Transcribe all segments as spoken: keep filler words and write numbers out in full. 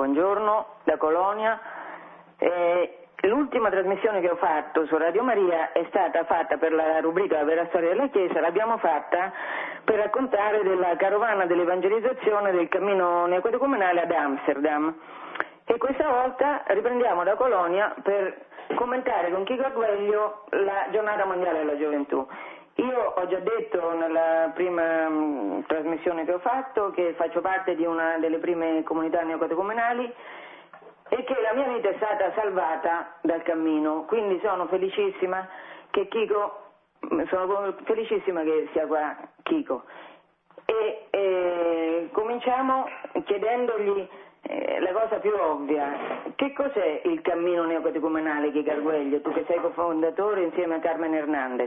buongiorno da Colonia. Eh, l'ultima trasmissione che ho fatto su Radio Maria è stata fatta per la rubrica La vera storia della Chiesa, l'abbiamo fatta per raccontare della carovana dell'evangelizzazione del cammino neocatecumenale ad Amsterdam. E questa volta riprendiamo da Colonia per commentare con Chico Arguello la giornata mondiale della gioventù. Io ho già detto nella prima mh, trasmissione che ho fatto che faccio parte di una delle prime comunità neocatecumenali e che la mia vita è stata salvata dal cammino, quindi sono felicissima che Chico, sono felicissima che sia qua Chico. E, e cominciamo chiedendogli eh, la cosa più ovvia: che cos'è il cammino neocatecumenale, Chico Arguello, tu che sei cofondatore insieme a Carmen Hernandez?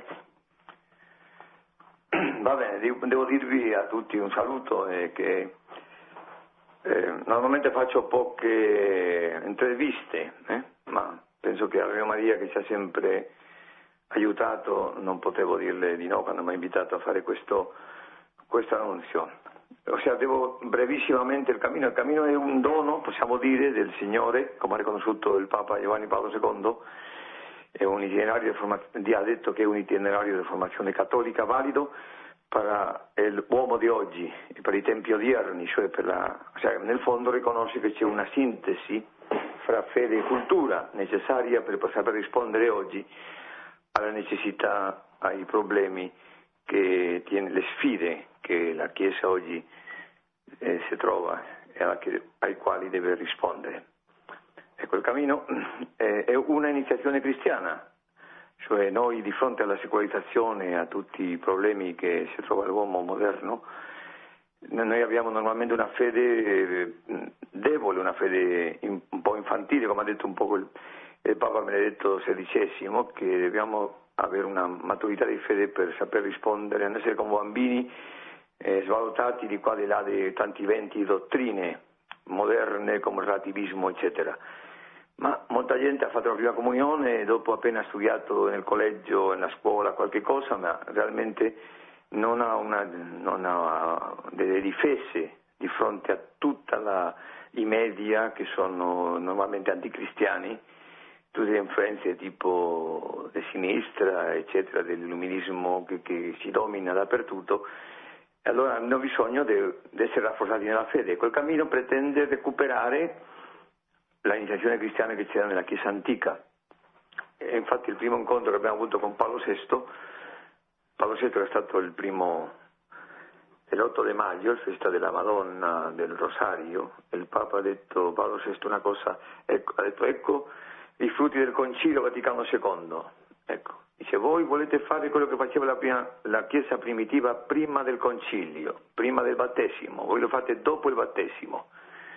Va bene, devo dirvi a tutti un saluto e che eh, normalmente faccio poche interviste, eh, ma penso che a Radio Maria, che ci ha sempre aiutato, non potevo dirle di no quando mi ha invitato a fare questo, questo annunzio. Ossia, devo brevissimamente il cammino. Il cammino è un dono, possiamo dire, del Signore, come ha riconosciuto il Papa Giovanni Paolo secondo. È un itinerario di formazione, ha detto che è un itinerario di formazione cattolica valido per l'uomo di oggi e per i tempi odierni, cioè, per la, cioè nel fondo riconosce che c'è una sintesi fra fede e cultura necessaria per saper rispondere oggi alle necessità, ai problemi che tiene, le sfide che la Chiesa oggi eh, si trova e alla che, ai quali deve rispondere. Ecco, il cammino eh, è una iniziazione cristiana, cioè noi di fronte alla secolarizzazione, a tutti i problemi che si trova l'uomo moderno, noi abbiamo normalmente una fede eh, debole, una fede in, un po' infantile, come ha detto un po' il, il Papa Benedetto sedicesimo, che dobbiamo avere una maturità di fede per saper rispondere, non essere come bambini eh, svalutati di qua e di là di tanti venti di dottrine moderne come il relativismo, eccetera. Ma molta gente ha fatto la prima comunione e dopo appena studiato nel collegio, nella scuola, qualche cosa, ma realmente non ha, una, non ha delle difese di fronte a tutta la, i media che sono normalmente anticristiani, tutte le influenze tipo di sinistra, eccetera, dell'illuminismo che, che si domina dappertutto. E allora hanno bisogno di essere rafforzati nella fede. Quel cammino pretende recuperare l'iniziazione cristiana che c'era nella Chiesa antica. E infatti il primo incontro che abbiamo avuto con Paolo sesto, Paolo sesto è stato il primo, l'otto di maggio, il festa della Madonna del Rosario, e il Papa ha detto, Paolo sesto, una cosa, ecco, ha detto ecco i frutti del Concilio Vaticano secondo. Ecco, dice, voi volete fare quello che faceva la, prima, la Chiesa primitiva prima del Concilio, prima del battesimo, voi lo fate dopo il battesimo.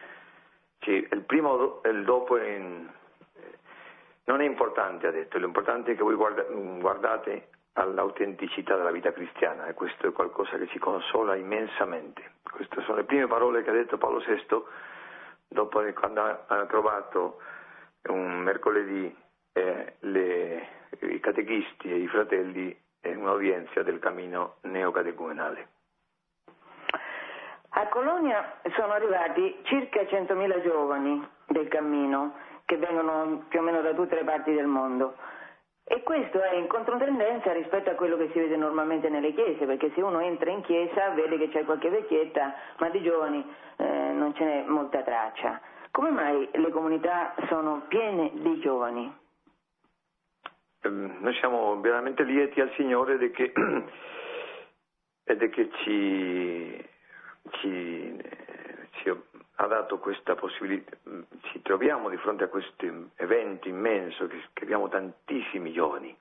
Sì, il primo e il dopo è in, non è importante, ha detto, l'importante è che voi guarda, guardate all'autenticità della vita cristiana, e questo è qualcosa che ci consola immensamente. Queste sono le prime parole che ha detto Paolo sesto dopo che quando ha trovato un mercoledì eh, le, i catechisti e i fratelli in un'udienza del cammino neocatecumenale. A Colonia sono arrivati circa centomila giovani del cammino che vengono più o meno da tutte le parti del mondo, e questo è in controtendenza rispetto a quello che si vede normalmente nelle chiese, perché se uno entra in chiesa vede che c'è qualche vecchietta, ma di giovani eh, non ce n'è molta traccia. Come mai le comunità sono piene di giovani? Noi siamo veramente lieti al Signore di che, ed che ci Ci, ci ha dato questa possibilità. Ci troviamo di fronte a questo evento immenso che, che abbiamo tantissimi giovani,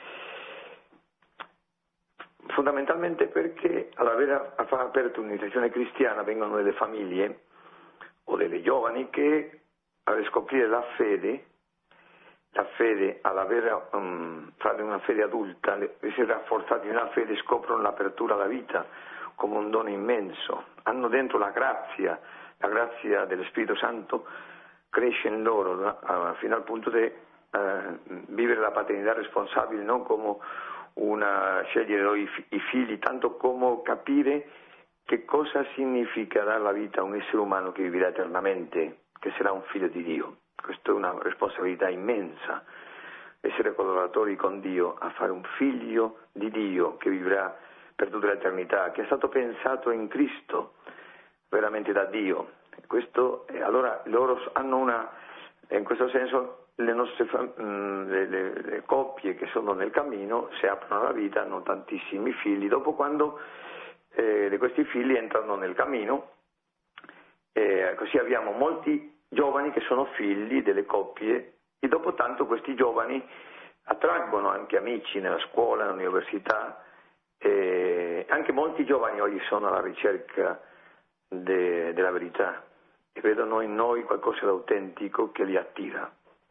fondamentalmente perché all'aver aperto un'iniziazione cristiana vengono delle famiglie o delle giovani che a riscoprire la fede la fede all'avere um, fare una fede adulta, essere rafforzati nella fede, scoprono l'apertura alla vita come un dono immenso, hanno dentro la grazia, la grazia dello Spirito Santo cresce in loro uh, fino al punto di uh, vivere la paternità responsabile non come una scegliere i, i figli, tanto come capire che cosa significa dare la vita a un essere umano che vivrà eternamente, che sarà un figlio di Dio. Questa è una responsabilità immensa, essere collaboratori con Dio, a fare un figlio di Dio che vivrà per tutta l'eternità, che è stato pensato in Cristo, veramente da Dio. Questo, eh, allora loro hanno una, in questo senso le nostre mh, le, le, le coppie che sono nel cammino, se aprono la vita, hanno tantissimi figli. Dopo, quando eh, questi figli entrano nel cammino, eh, così abbiamo molti giovani che sono figli delle coppie, e dopo tanto questi giovani attraggono anche amici nella scuola, nell'università, e anche molti giovani oggi sono alla ricerca de, della verità e vedono in noi qualcosa d'autentico che li attira.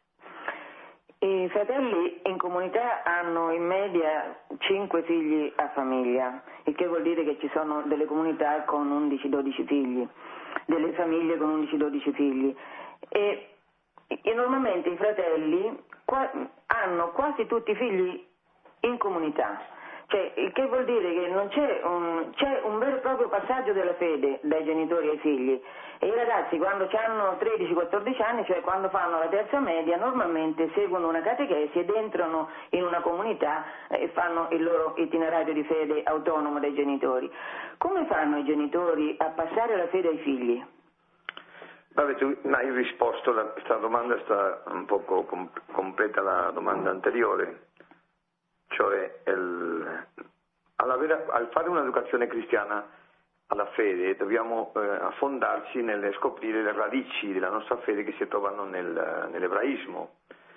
I fratelli in comunità hanno in media cinque figli a famiglia, il che vuol dire che ci sono delle comunità con undici dodici figli, delle famiglie con undici dodici figli, e, e normalmente i fratelli qua, hanno quasi tutti i figli in comunità, cioè, il che vuol dire che non c'è un, c'è un vero e proprio passaggio della fede dai genitori ai figli, e i ragazzi quando hanno tredici quattordici anni, cioè quando fanno la terza media, normalmente seguono una catechesi ed entrano in una comunità e fanno il loro itinerario di fede autonomo dai genitori. Come fanno i genitori a passare la fede ai figli? Vabbè, tu hai risposto, la, questa domanda sta un poco com, completa la domanda anteriore, cioè il, alla, al fare un'educazione cristiana alla fede dobbiamo eh, affondarci nel scoprire le radici della nostra fede che si trovano nel, nell'ebraismo,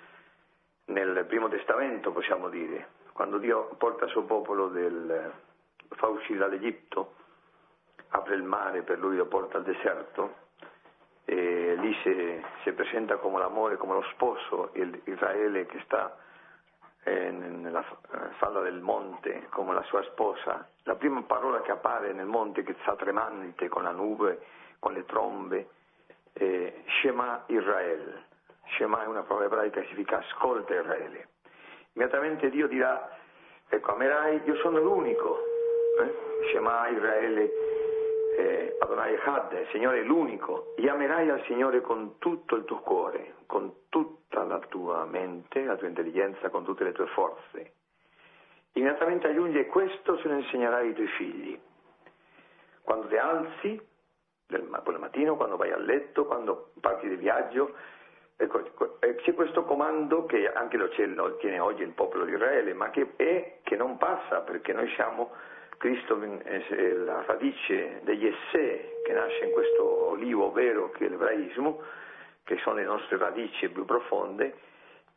nel Primo Testamento, possiamo dire, quando Dio porta il suo popolo, del, fa uscire dall'Egitto, apre il mare per lui, lo porta al deserto, e lì si, si presenta come l'amore, come lo sposo, il Israele che sta eh, nella falla del monte come la sua sposa. La prima parola che appare nel monte, che sta tremante con la nube, con le trombe, è Shema Israel. Shema è una parola ebraica che significa ascolta Israele. Immediatamente Dio dirà, ecco, amerai, io sono l'unico, eh? Shema Israele, eh, Adonai Echad, Signore è l'unico, e amerai al Signore con tutto il tuo cuore, con tutta la tua mente, la tua intelligenza, con tutte le tue forze. Immediatamente aggiunge, questo se lo insegnerai ai tuoi figli. Quando ti alzi, del, quel mattino, quando vai a letto, quando parti di viaggio, ecco, c'è questo comando che anche lo, lo tiene oggi il popolo di Israele, ma che è che non passa, perché noi siamo Cristo, è la radice degli esse che nasce in questo olivo vero che è l'ebraismo, che sono le nostre radici più profonde.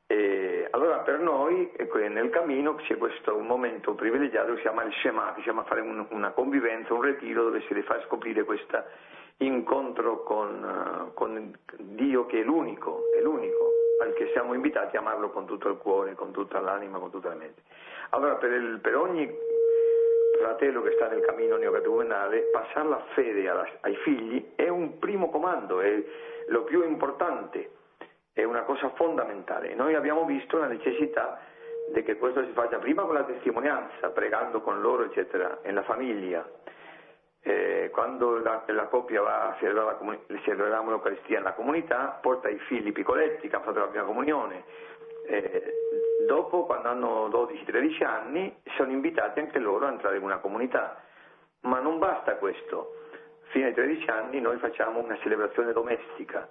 E allora per noi, ecco, nel cammino c'è questo un momento privilegiato che si chiama il Shema, che si chiama fare un, una convivenza, un ritiro dove si fa scoprire questo incontro con, con Dio che è l'unico, è l'unico, al che siamo invitati a amarlo con tutto il cuore, con tutta l'anima, con tutta la mente. Allora per, il, per ogni fratello che sta nel cammino neocatecumenale, passare la fede alla, ai figli è un primo comando, è lo più importante. È una cosa fondamentale. Noi abbiamo visto la necessità di che questo si faccia prima con la testimonianza, pregando con loro, eccetera, nella famiglia. Eh, quando la, la coppia va a celebrare la, celebrare l'Eucaristia nella comunità, porta i figli piccoletti che hanno fatto la prima comunione. Eh, dopo, quando hanno dodici tredici anni, sono invitati anche loro a entrare in una comunità. Ma non basta questo. Fino ai tredici anni noi facciamo una celebrazione domestica,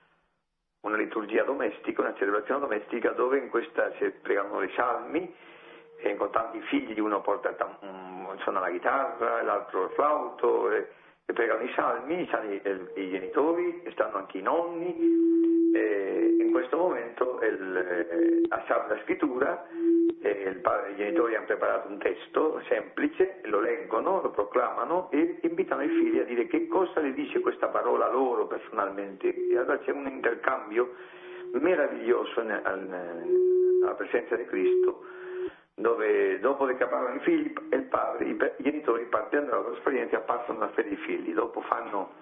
una liturgia domestica, una celebrazione domestica dove in questa si pregano i salmi, e con tanti figli, uno porta um, suona la chitarra, l'altro il flauto, e, e pregano i salmi, stanno i, i, i genitori, e stanno anche i nonni, e in questo momento il, a Sacra Scrittura e il padre, i genitori hanno preparato un testo semplice, lo leggono, lo proclamano e invitano i figli a dire che cosa le dice questa parola loro personalmente, e allora c'è un intercambio meraviglioso alla presenza di Cristo, dove dopo che parlano i figli e il padre, i genitori, partendo dalla loro esperienza, passano la fede ai figli, dopo fanno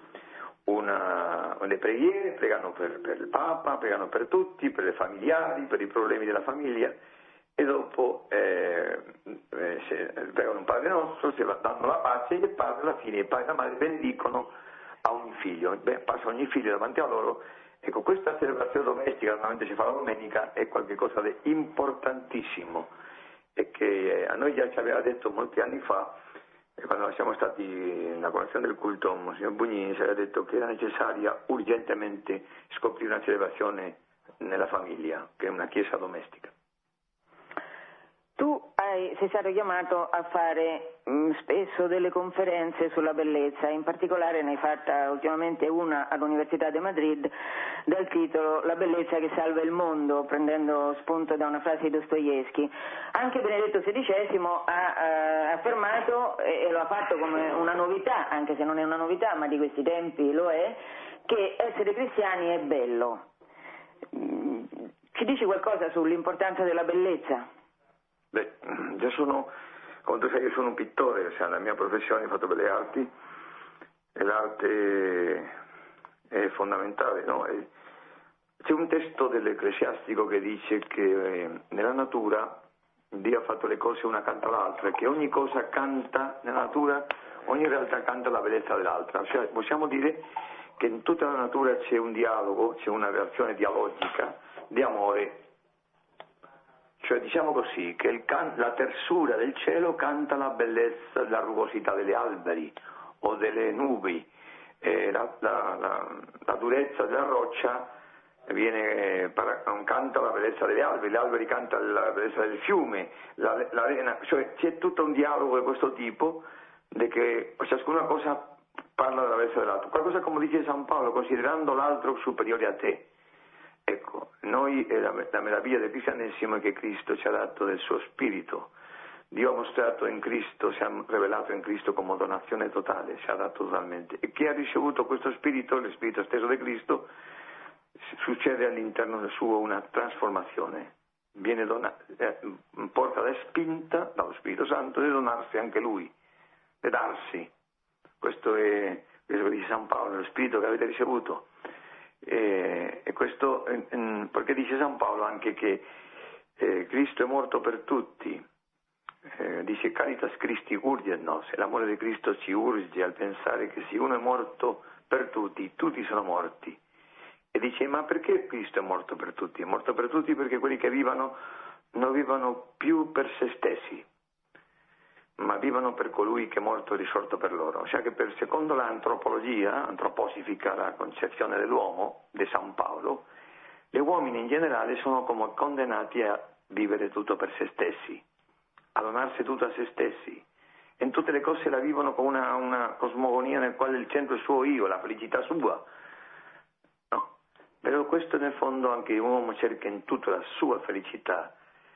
una, le preghiere, pregano per, per il Papa, pregano per tutti, per i familiari, per i problemi della famiglia, e dopo eh, eh, se, pregano un Padre Nostro, si danno la pace, e il padre alla fine, il padre e la madre bendicono a ogni figlio, beh, passa ogni figlio davanti a loro Ecco, questa celebrazione domestica, normalmente si fa la domenica, è qualcosa di importantissimo e che a noi già ci aveva detto molti anni fa, quando siamo stati nella colazione del culto, Monsignor Bugnini ci aveva detto che era necessaria urgentemente scoprire una celebrazione nella famiglia, che è una chiesa domestica. Tu hai, sei stato chiamato a fare mh, spesso delle conferenze sulla bellezza, in particolare ne hai fatta ultimamente una all'Università de Madrid dal titolo La bellezza che salva il mondo, prendendo spunto da una frase di Dostoevsky. Anche Benedetto sedicesimo ha eh, affermato, e, e lo ha fatto come una novità, anche se non è una novità, ma di questi tempi lo è, che essere cristiani è bello. Ci dici qualcosa sull'importanza della bellezza? Beh, io sono, come tu sai, io sono un pittore, cioè la mia professione, ho fatto belle arti e l'arte è fondamentale, no? E c'è un testo dell'Ecclesiastico che dice che eh, nella natura Dio ha fatto le cose una accanto all'altra, che ogni cosa canta nella natura, ogni realtà canta la bellezza dell'altra, cioè possiamo dire che in tutta la natura c'è un dialogo, c'è una relazione dialogica di amore. Cioè diciamo così, che il can- la tersura del cielo canta la bellezza, la rugosità degli alberi o delle nubi, eh, la, la, la, la durezza della roccia viene, para- canta la bellezza degli alberi, gli alberi cantano la bellezza del fiume, la, l'arena, cioè c'è tutto un dialogo di questo tipo, di che ciascuna cosa parla della bellezza dell'altro, qualcosa come dice San Paolo, considerando l'altro superiore a te. Ecco, noi eh, la, la meraviglia del cristianesimo è che Cristo ci ha dato del suo spirito. Dio ha mostrato in Cristo, si è rivelato in Cristo come donazione totale, ci ha dato totalmente. E chi ha ricevuto questo spirito, lo spirito stesso di Cristo, succede all'interno del suo una trasformazione. Viene donato, eh, porta la spinta dallo Spirito Santo di donarsi anche lui, di darsi. Questo è quello che dice San Paolo, lo spirito che avete ricevuto. E, e questo eh, perché dice San Paolo anche che eh, Cristo è morto per tutti, eh, dice Caritas Christi urget nos, l'amore di Cristo ci urge al pensare che se uno è morto per tutti, tutti sono morti, e dice ma perché Cristo è morto per tutti? È morto per tutti perché quelli che vivono non vivono più per se stessi, ma vivono per colui che è morto e risorto per loro. Cioè che per secondo l'antropologia, antroposifica, la concezione dell'uomo, di San Paolo, gli uomini in generale sono come condannati a vivere tutto per se stessi, a donarsi tutto a se stessi. E in tutte le cose la vivono con una, una cosmogonia nel quale il centro è il suo io, la felicità sua. No. Però questo nel fondo anche l'uomo cerca in tutta la sua felicità.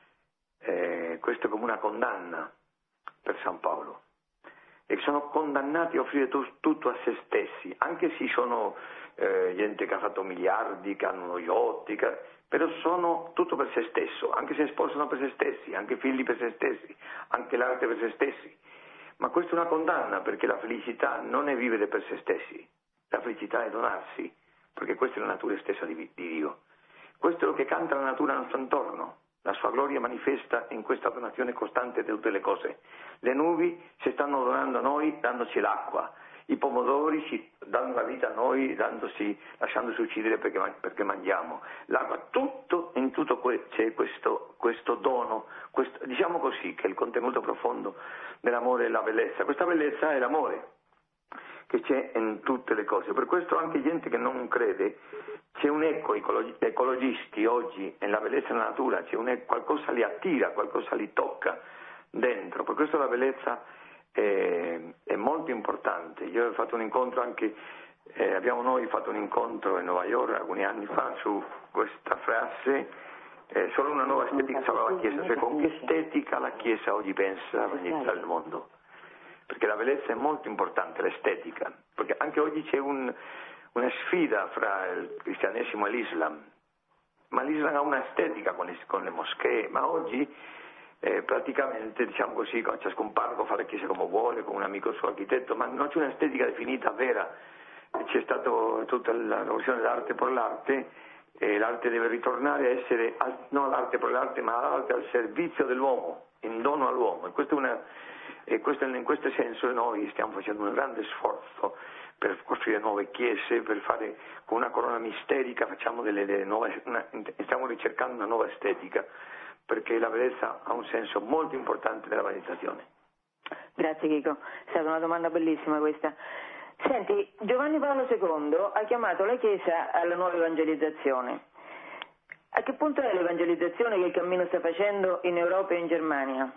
Eh, questo è come una condanna per San Paolo, e sono condannati a offrire tu, tutto a se stessi, anche se sono eh, gente che ha fatto miliardi, che hanno yacht, che... però sono tutto per se stesso, anche se sposano per se stessi, anche figli per se stessi, anche l'arte per se stessi. Ma questa è una condanna, perché la felicità non è vivere per se stessi, la felicità è donarsi, perché questa è la natura stessa di, di Dio. Questo è lo che canta la natura al nostro intorno. La sua gloria manifesta in questa donazione costante di tutte le cose. Le nubi si stanno donando a noi dandoci l'acqua, i pomodori ci danno la vita a noi dandosi, lasciandosi uccidere perché, perché mangiamo. L'acqua, tutto, in tutto que- c'è questo, questo dono, questo, diciamo così, che è il contenuto profondo dell'amore e la bellezza. Questa bellezza è l'amore che c'è in tutte le cose. Per questo anche gente che non crede, c'è un eco, ecologisti oggi nella bellezza della natura, c'è un eco, qualcosa li attira, qualcosa li tocca dentro. Per questo la bellezza è, è molto importante. Io ho fatto un incontro anche, eh, abbiamo noi fatto un incontro a Nuova York alcuni anni fa su questa frase, eh, solo una nuova estetica salva la Chiesa, cioè con che estetica la Chiesa oggi pensa a realizzare il mondo. Perché la bellezza è molto importante, l'estetica, perché anche oggi c'è un, una sfida fra il cristianesimo e l'Islam, ma l'Islam ha una estetica con le, con le moschee, ma oggi eh, praticamente, diciamo così, ciascun parroco fa le chiese come vuole, con un amico suo architetto, ma non c'è un'estetica definita vera. C'è stata tutta la rivoluzione dell'arte per l'arte, e l'arte deve ritornare a essere, non l'arte per l'arte, ma l'arte al servizio dell'uomo, in dono all'uomo, e questo è una... E questo, in questo senso noi stiamo facendo un grande sforzo per costruire nuove chiese, per fare con una corona misterica, facciamo delle, delle nuove, una, stiamo ricercando una nuova estetica, perché la bellezza ha un senso molto importante nella evangelizzazione. Grazie Chico, è stata una domanda bellissima questa. Senti, Giovanni Paolo secondo ha chiamato la Chiesa alla nuova evangelizzazione. A che punto è l'evangelizzazione che il cammino sta facendo in Europa e in Germania?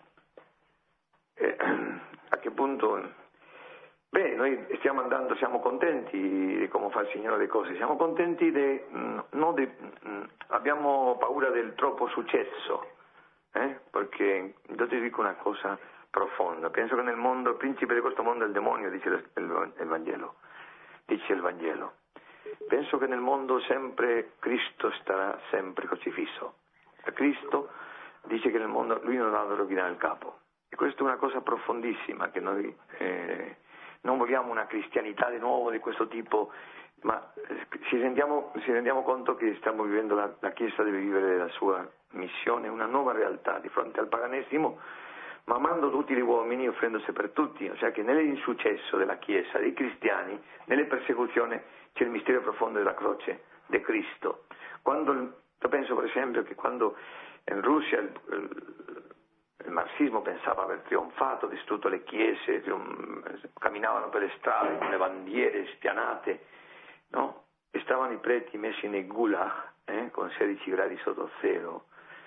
Eh, a che punto? Beh, noi stiamo andando, siamo contenti di come fa il Signore le cose, siamo contenti di, non di, abbiamo paura del troppo successo, eh? Perché io ti dico una cosa profonda, penso che nel mondo il principe di questo mondo è il demonio, dice il, il, il Vangelo, dice il Vangelo. Penso che nel mondo sempre Cristo starà sempre crocifisso. Cristo dice che nel mondo lui non ha da rovinare il capo. E questa è una cosa profondissima, che noi eh, non vogliamo una cristianità di nuovo di questo tipo, ma eh, ci, rendiamo, ci rendiamo conto che stiamo vivendo, la, la Chiesa deve vivere la sua missione, una nuova realtà di fronte al paganesimo, ma amando tutti gli uomini, offrendosi per tutti, cioè che nell'insuccesso della Chiesa, dei cristiani, nelle persecuzioni c'è il mistero profondo della croce, di Cristo. Quando, io penso per esempio che quando in Russia il, il, il marxismo pensava aver trionfato, distrutto le chiese, camminavano per le strade con le bandiere spianate, no? E stavano i preti messi nei gulag, eh, con sedici gradi sotto zero,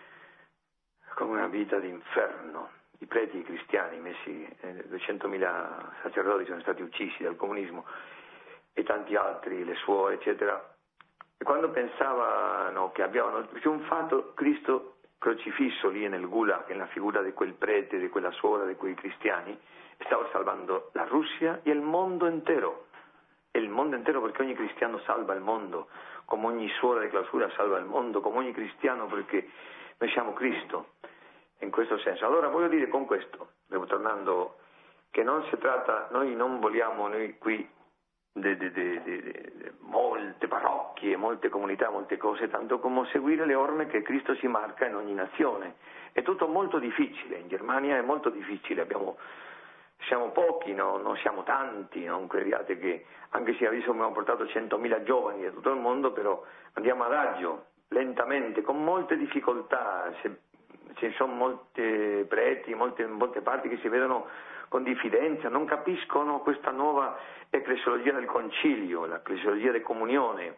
con una vita d'inferno. I preti cristiani messi, eh, duecentomila sacerdoti sono stati uccisi dal comunismo e tanti altri, le suore, eccetera. E quando pensavano che avevano trionfato, Cristo crocifisso lì nel gulag, nella figura di quel prete, di quella suora, di quei cristiani, stava salvando la Russia e il mondo intero. E il mondo intero, perché ogni cristiano salva il mondo, come ogni suora di clausura salva il mondo, come ogni cristiano, perché noi siamo Cristo. In questo senso. Allora voglio dire con questo, tornando, che non si tratta, noi non vogliamo noi qui de, de, de, de, de, molte parrocchie, molte comunità, molte cose, tanto come seguire le orme che Cristo si marca in ogni nazione. È tutto molto difficile, in Germania è molto difficile, abbiamo, siamo pochi, no? Non siamo tanti, non crediate che, anche se adesso abbiamo portato centomila giovani da tutto il mondo, però andiamo adagio, lentamente, con molte difficoltà. Se, ci sono molti preti, molte, molte parti che si vedono con diffidenza, non capiscono questa nuova ecclesiologia del concilio, l'ecclesiologia di comunione,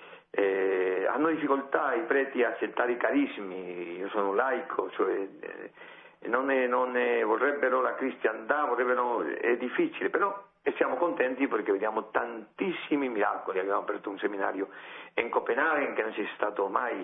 eh, hanno difficoltà i preti a accettare i carismi, io sono un laico, cioè, eh, non, è, non è, vorrebbero la cristianità, vorrebbero, è difficile, però e siamo contenti perché vediamo tantissimi miracoli. Abbiamo aperto un seminario in Copenaghen che non c'è stato mai,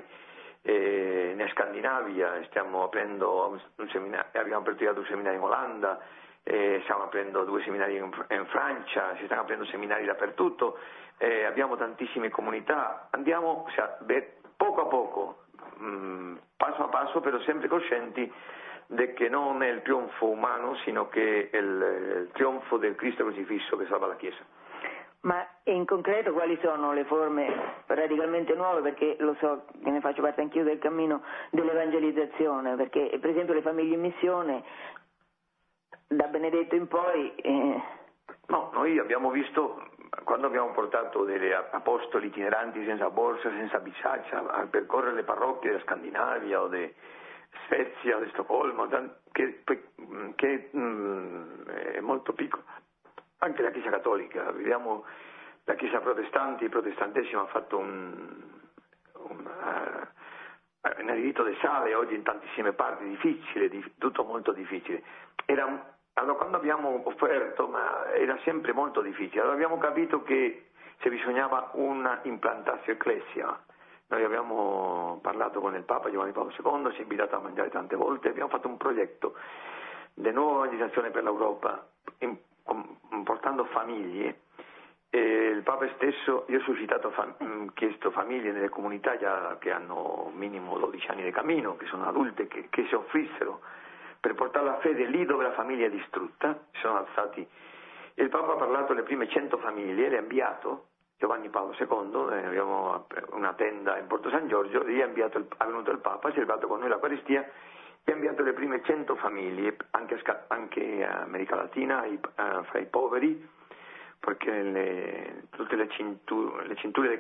Eh, in Scandinavia, stiamo aprendo un seminario, abbiamo aperto un seminario in Olanda, eh, stiamo aprendo due seminari in, in Francia, si stanno aprendo seminari dappertutto, eh, abbiamo tantissime comunità, andiamo cioè, beh, poco a poco, mh, passo a passo, però sempre coscienti di che non è il trionfo umano, sino che è il, il trionfo del Cristo crocifisso che salva la Chiesa. Ma in concreto quali sono le forme radicalmente nuove? Perché lo so, che ne faccio parte anch'io del cammino dell'evangelizzazione, perché per esempio le famiglie in missione, da Benedetto in poi... Eh... No, noi abbiamo visto, quando abbiamo portato degli apostoli itineranti senza borsa, senza bisaccia, a percorrere le parrocchie della Scandinavia o di Svezia, di Stoccolma, che, che mh, è molto piccolo. Anche la Chiesa Cattolica, vediamo la Chiesa protestante, il protestantesimo ha fatto un, un, uh, un rito di sale oggi in tantissime parti, difficile, di, tutto molto difficile. Era, allora, quando abbiamo offerto, ma era sempre molto difficile, allora abbiamo capito che se bisognava una implantatio ecclesia. Noi abbiamo parlato con il Papa Giovanni Paolo secondo, ci ha invitato a mangiare tante volte, abbiamo fatto un progetto di nuova evangelizzazione per l'Europa, in, portando famiglie, e il Papa stesso, io ho suscitato, fam- chiesto famiglie nelle comunità già che hanno minimo dodici anni di cammino, che sono adulte, che, che si offrissero per portare la fede lì dove la famiglia è distrutta, si sono alzati, e il Papa ha parlato alle prime cento famiglie, le ha inviato, Giovanni Paolo secondo, eh, abbiamo una tenda in Porto San Giorgio, lì ha, inviato il, è venuto il Papa, ha celebrato con noi l'Eucaristia, e ha inviato le prime cento famiglie, anche, anche in America Latina, i, uh, fra i poveri, perché le, tutte le cinture, le cinture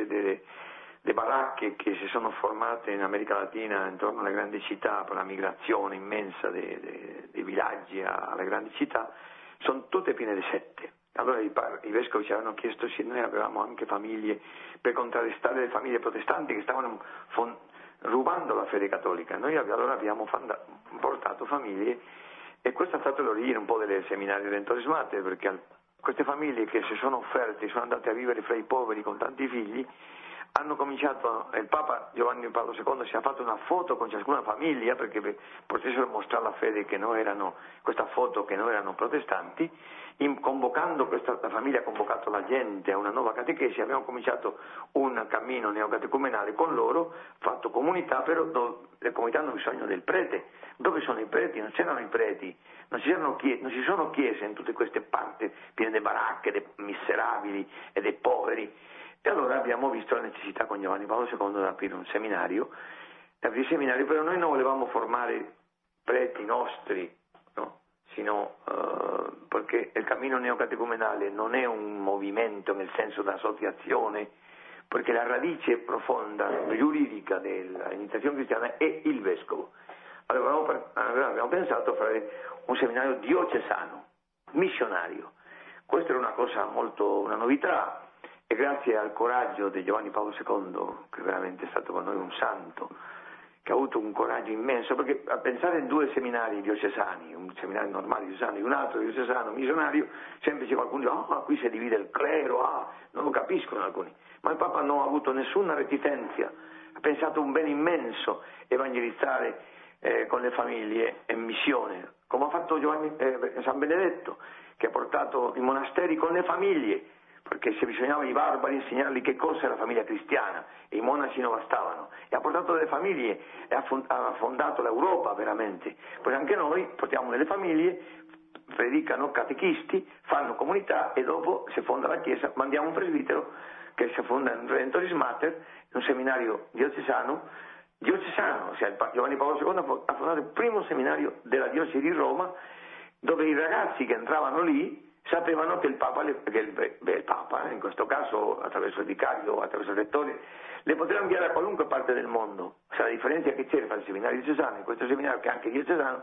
le baracche che si sono formate in America Latina intorno alle grandi città per la migrazione immensa dei, dei, dei villaggi alle grandi città sono tutte piene di sette. Allora i, i vescovi ci avevano chiesto se noi avevamo anche famiglie per contrarrestare le famiglie protestanti che stavano fon- rubando la fede cattolica. Noi allora abbiamo fanda- portato famiglie, e questo è stato l'origine un po' delle seminari Redemptoris Mater, perché queste famiglie che si sono offerte, sono andate a vivere fra i poveri con tanti figli, hanno cominciato, il Papa Giovanni Paolo secondo si è fatto una foto con ciascuna famiglia perché potessero mostrare la fede che noi erano, questa foto che noi erano protestanti. In convocando questa, la famiglia ha convocato la gente a una nuova catechesi, abbiamo cominciato un cammino neocatecumenale con loro, fatto comunità, però dove, le comunità hanno bisogno del prete. Dove sono i preti? Non c'erano i preti, non ci, chiese, non ci sono chiese in tutte queste parti piene di baracche, dei miserabili e dei poveri. E allora abbiamo visto la necessità con Giovanni Paolo secondo di aprire un seminario, di aprire seminario, però noi non volevamo formare preti nostri, no? Sino, eh, perché il cammino neocatecumenale non è un movimento nel senso di associazione, perché la radice profonda, giuridica dell'iniziazione cristiana è il vescovo. Allora abbiamo, abbiamo pensato a fare un seminario diocesano, missionario. Questa era una cosa molto, una novità. E grazie al coraggio di Giovanni Paolo secondo, che veramente è stato con noi un santo, che ha avuto un coraggio immenso, perché a pensare in due seminari diocesani, un seminario normale diocesano e un altro diocesano missionario, sempre c'è qualcuno che dice, ah, qui si divide il clero, ah, non lo capiscono alcuni. Ma il Papa non ha avuto nessuna reticenza, ha pensato un bene immenso evangelizzare eh, con le famiglie e missione, come ha fatto Giovanni, eh, San Benedetto, che ha portato i monasteri con le famiglie, perché se bisognava ai barbari insegnargli che cosa è la famiglia cristiana, e i monaci non bastavano, e ha portato delle famiglie e ha fondato l'Europa veramente. Poi anche noi portiamo delle famiglie, predicano catechisti, fanno comunità e dopo si fonda la Chiesa, mandiamo un presbitero che si fonda in Redemptoris Mater, un seminario diocesano, diocesano, cioè Giovanni Paolo secondo ha fondato il primo seminario della diocesi di Roma, dove i ragazzi che entravano lì sapevano che il Papa, che il, beh, il Papa in questo caso attraverso il vicario, attraverso il rettore, le poteva inviare a qualunque parte del mondo. Cioè, la differenza che c'è tra il seminario diocesano e questo seminario, che è anche diocesano,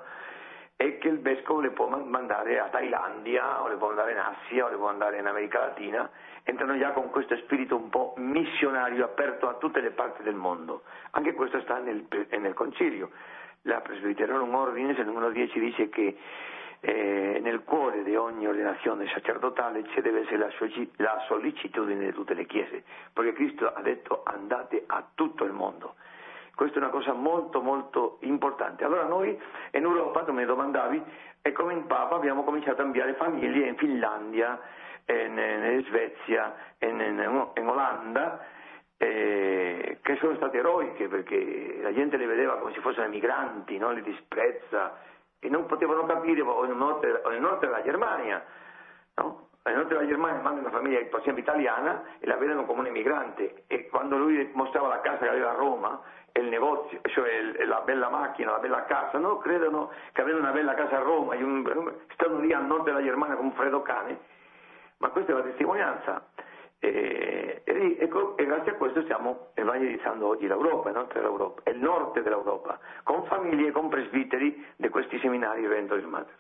è che il vescovo le può mandare a Thailandia, o le può mandare in Asia, o le può mandare in America Latina. Entrano già con questo spirito un po' missionario aperto a tutte le parti del mondo. Anche questo sta nel, nel concilio. La Presbyterorum Ordinis, il numero dieci, dice che Eh, nel cuore di ogni ordinazione sacerdotale ci deve essere la, la sollecitudine di tutte le chiese, perché Cristo ha detto andate a tutto il mondo. Questa è una cosa molto molto importante. Allora noi in Europa, tu mi domandavi, e come in Papa abbiamo cominciato a inviare famiglie in Finlandia, in, in Svezia, in, in, in Olanda, eh, che sono state eroiche, perché la gente le vedeva come se fossero migranti, no? Le disprezza, e non potevano capire, o nel nord, nel nord della Germania, no? Nel nord della Germania manda una famiglia, per esempio italiana, e la vedono come un emigrante, e quando lui mostrava la casa che aveva a Roma, e il negozio, cioè la bella macchina, la bella casa, no? Credono che avevano una bella casa a Roma, stanno lì al nord della Germania come un freddo cane, ma questa è la testimonianza. E, e, e, e grazie a questo stiamo evangelizzando oggi l'Europa, il nord dell'Europa, il nord dell'Europa, con famiglie e con presbiteri di questi seminari Redemptoris Mater.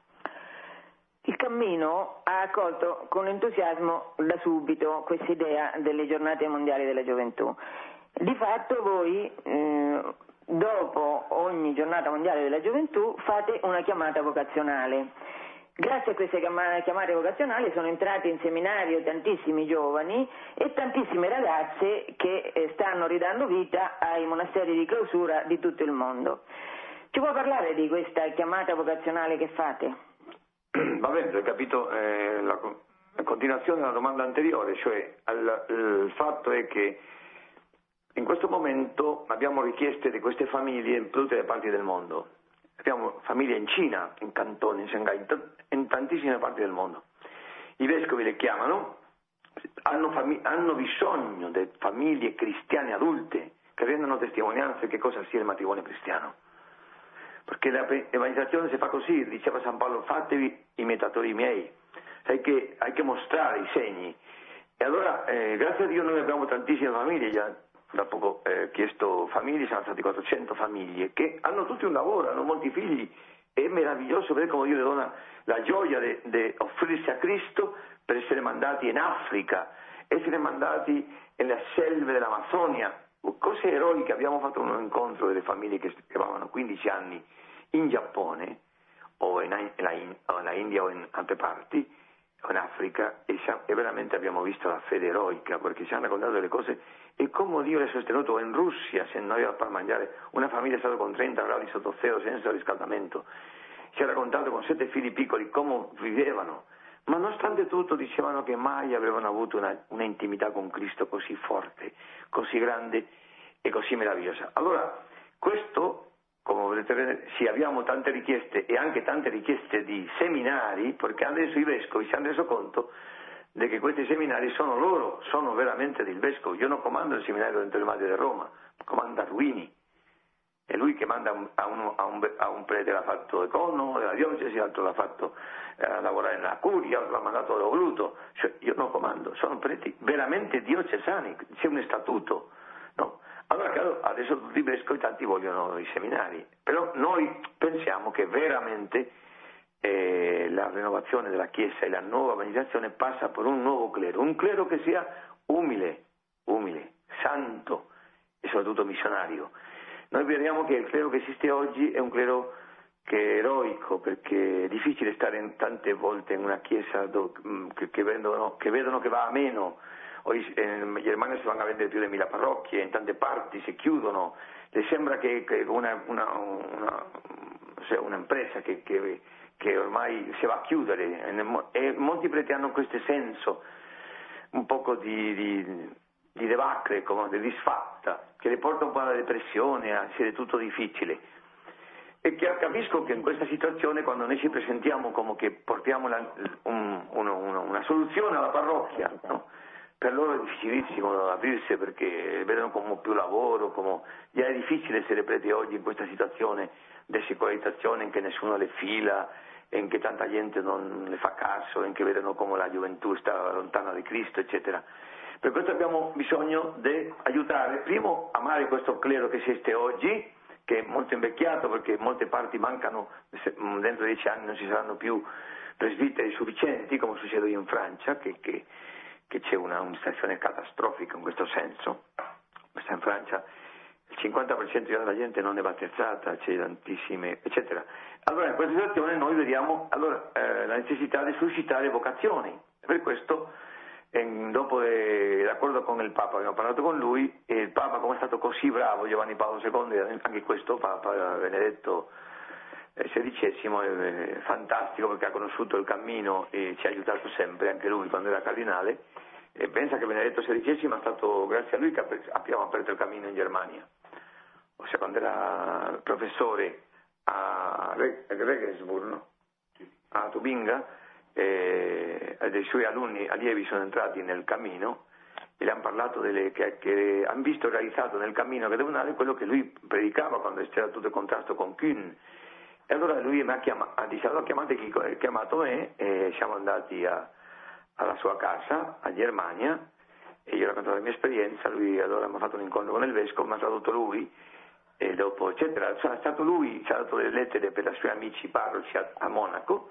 Il cammino ha accolto con entusiasmo da subito questa idea delle giornate mondiali della gioventù. Di fatto voi, eh, dopo ogni giornata mondiale della gioventù, fate una chiamata vocazionale. Grazie a queste chiamate vocazionali sono entrati in seminario tantissimi giovani e tantissime ragazze che stanno ridando vita ai monasteri di clausura di tutto il mondo. Ci può parlare di questa chiamata vocazionale che fate? Va bene, ho capito eh, la, la continuazione della domanda anteriore, cioè al, il fatto è che in questo momento abbiamo richieste di queste famiglie in tutte le parti del mondo. Abbiamo famiglie in Cina, in Cantone, in Shanghai, in tantissime parti del mondo. I vescovi le chiamano, hanno, fami- hanno bisogno di famiglie cristiane adulte che rendano testimonianza che cosa sia il matrimonio cristiano. Perché l'evangelizzazione si fa così, diceva San Paolo, fatevi imitatori miei. Hai che, hai che mostrare i segni. E allora, eh, grazie a Dio, noi abbiamo tantissime famiglie, già da poco eh, chiesto famiglie, sono state quattrocento famiglie, che hanno tutti un lavoro, hanno molti figli. È meraviglioso vedere come Dio le dona la gioia di offrirsi a Cristo per essere mandati in Africa, essere mandati nelle selve dell'Amazzonia. Cose eroiche. Abbiamo fatto un incontro delle famiglie che avevano quindici anni in Giappone o in, in, in, in India o in altre parti, o in Africa, e, e veramente abbiamo visto la fede eroica, perché ci hanno raccontato delle cose e come Dio le ha sostenuto. In Russia, se non aveva per mangiare, una famiglia è stata con trenta gradi sotto zero senza riscaldamento, ci ha raccontato con sette figli piccoli come vivevano, ma nonostante tutto dicevano che mai avevano avuto una, una intimità con Cristo così forte, così grande e così meravigliosa. Allora, questo, come volete vedere, sì, abbiamo tante richieste e anche tante richieste di seminari, perché adesso i vescovi si hanno reso conto di che questi seminari sono loro, sono veramente del vescovo. Io non comando il seminario dentro il Mare di Roma, comanda Ruini, è lui che manda a, uno, a, un, a un prete l'ha fatto economo della diocesi, l'altro l'ha fatto eh, lavorare nella curia, l'altro l'ha mandato l'ho voluto, cioè io non comando, sono preti veramente diocesani, c'è un statuto, no? Allora adesso tutti i vescovi tanti vogliono i seminari, però noi pensiamo che veramente eh, la rinnovazione della Chiesa e la nuova evangelizzazione passa per un nuovo clero, un clero che sia umile, umile, santo e soprattutto missionario. Noi vediamo che il clero che esiste oggi è un clero che è eroico, perché è difficile stare in, tante volte in una chiesa dove, che, che, vedono, che vedono che va a meno. Oggi in Germania si vanno a vendere più di mille parrocchie, in tante parti si chiudono, le sembra che, che una, una, una, cioè un'impresa che, che, che ormai si va a chiudere, e molti preti hanno questo senso un poco di, di, di debacle, come di disfatta, che le porta un po' alla depressione, a essere tutto difficile. E che capisco che in questa situazione, quando noi ci presentiamo come che portiamo la, un, uno, uno, una soluzione alla parrocchia, no? Per loro è difficilissimo aprirsi, perché vedono come più lavoro, come già è difficile essere preti oggi in questa situazione di secolarizzazione, in che nessuno le fila, in che tanta gente non le fa caso, in che vedono come la gioventù sta lontana di Cristo, eccetera. Per questo abbiamo bisogno di aiutare, primo, amare questo clero che esiste oggi, che è molto invecchiato, perché in molte parti mancano, dentro dieci anni non ci saranno più presbiteri sufficienti, come succede in Francia, che, che, che c'è una, una situazione catastrofica in questo senso. In Francia il cinquanta per cento della gente non è battezzata, c'è tantissime, eccetera. Allora in questa situazione noi vediamo allora, eh, la necessità di suscitare vocazioni. Per questo, eh, dopo eh, l'accordo con il Papa, abbiamo parlato con lui, e il Papa, come è stato così bravo, Giovanni Paolo secondo, anche questo Papa Benedetto sedicesimo, è fantastico, perché ha conosciuto il cammino e ci ha aiutato sempre, anche lui quando era cardinale, e pensa che Benedetto sedicesimo è stato grazie a lui che abbiamo aperto il cammino in Germania. Ossia, quando era professore a Regensburg, no? A Tubinga, eh, dei suoi alunni allievi sono entrati nel cammino e le hanno parlato delle, che, che hanno visto realizzato nel cammino cattedrale quello che lui predicava quando c'era tutto il contrasto con Kuhn. E allora lui mi ha chiamato, dice, allora chiamate chi ha chiamato me, e siamo andati a, alla sua casa a Germania e io ho raccontato la mia esperienza. Lui allora mi ha fatto un incontro con il vescovo, mi ha tradotto lui e dopo eccetera, è stato lui, ci ha dato delle lettere per i suoi amici parroci a, a Monaco,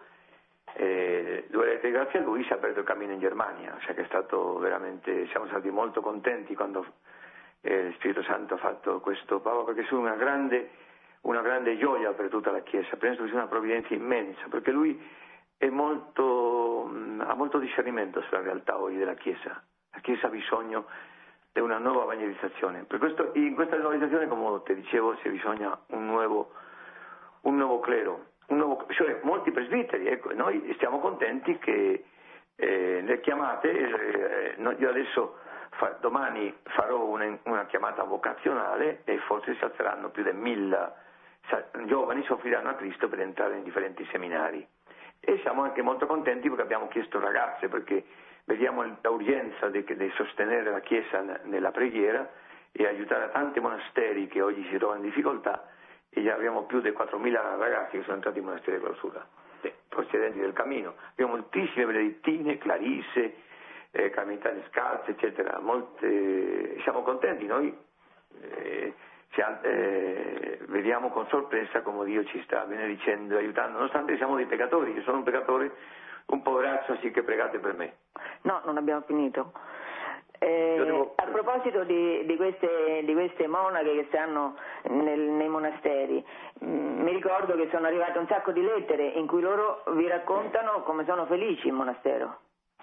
e due lettere grazie a lui si è aperto il cammino in Germania, cioè che è stato veramente, siamo stati molto contenti quando eh, lo Spirito Santo ha fatto questo Papa, perché è una grande, una grande gioia per tutta la Chiesa. Penso che sia una provvidenza immensa, perché lui è molto, ha molto discernimento sulla realtà oggi della Chiesa. La Chiesa ha bisogno di una nuova evangelizzazione. Per questo in questa evangelizzazione, come ti dicevo, c'è bisogno un nuovo, un nuovo clero, un nuovo, cioè molti presbiteri. Ecco, noi stiamo contenti che eh, le chiamate, eh, io adesso fa, domani farò una, una chiamata vocazionale e forse si alzeranno più di mille giovani, si offriranno a Cristo per entrare in differenti seminari. E siamo anche molto contenti perché abbiamo chiesto ragazze, perché vediamo l'urgenza di, di sostenere la Chiesa nella preghiera e aiutare a tanti monasteri che oggi si trovano in difficoltà, e già abbiamo più di quattromila ragazzi che sono entrati in monasteri di clausura. Sì. possedenti del cammino. Abbiamo moltissime benedittine, clarisse, eh, carmelitane scalze, eccetera. Molte, siamo contenti, noi eh, siamo, eh, vediamo con sorpresa come Dio ci sta benedicendo, aiutando, nonostante siamo dei peccatori. Io sono un peccatore, un poveraccio, sì che pregate per me. No, non abbiamo finito. Eh, devo... A proposito di, di, queste, di queste monache che stanno nel, nei monasteri, mh, mi ricordo che sono arrivate un sacco di lettere in cui loro vi raccontano come sono felici in monastero.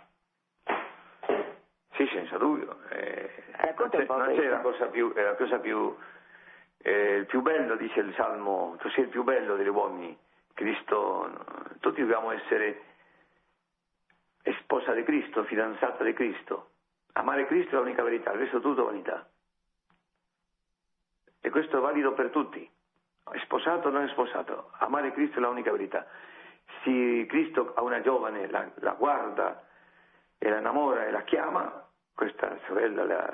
Sì, senza dubbio. Eh, Racconta un po' non c'è la cosa più, la cosa più, eh, il più bello, dice il Salmo, tu sei il più bello degli uomini, Cristo, tutti dobbiamo essere sposa di Cristo, fidanzata di Cristo. Amare Cristo è l'unica verità, il resto è tutto vanità. E questo è valido per tutti, è sposato o non è sposato, amare Cristo è l'unica verità. Se Cristo a una giovane la, la guarda e la innamora e la chiama, questa sorella la,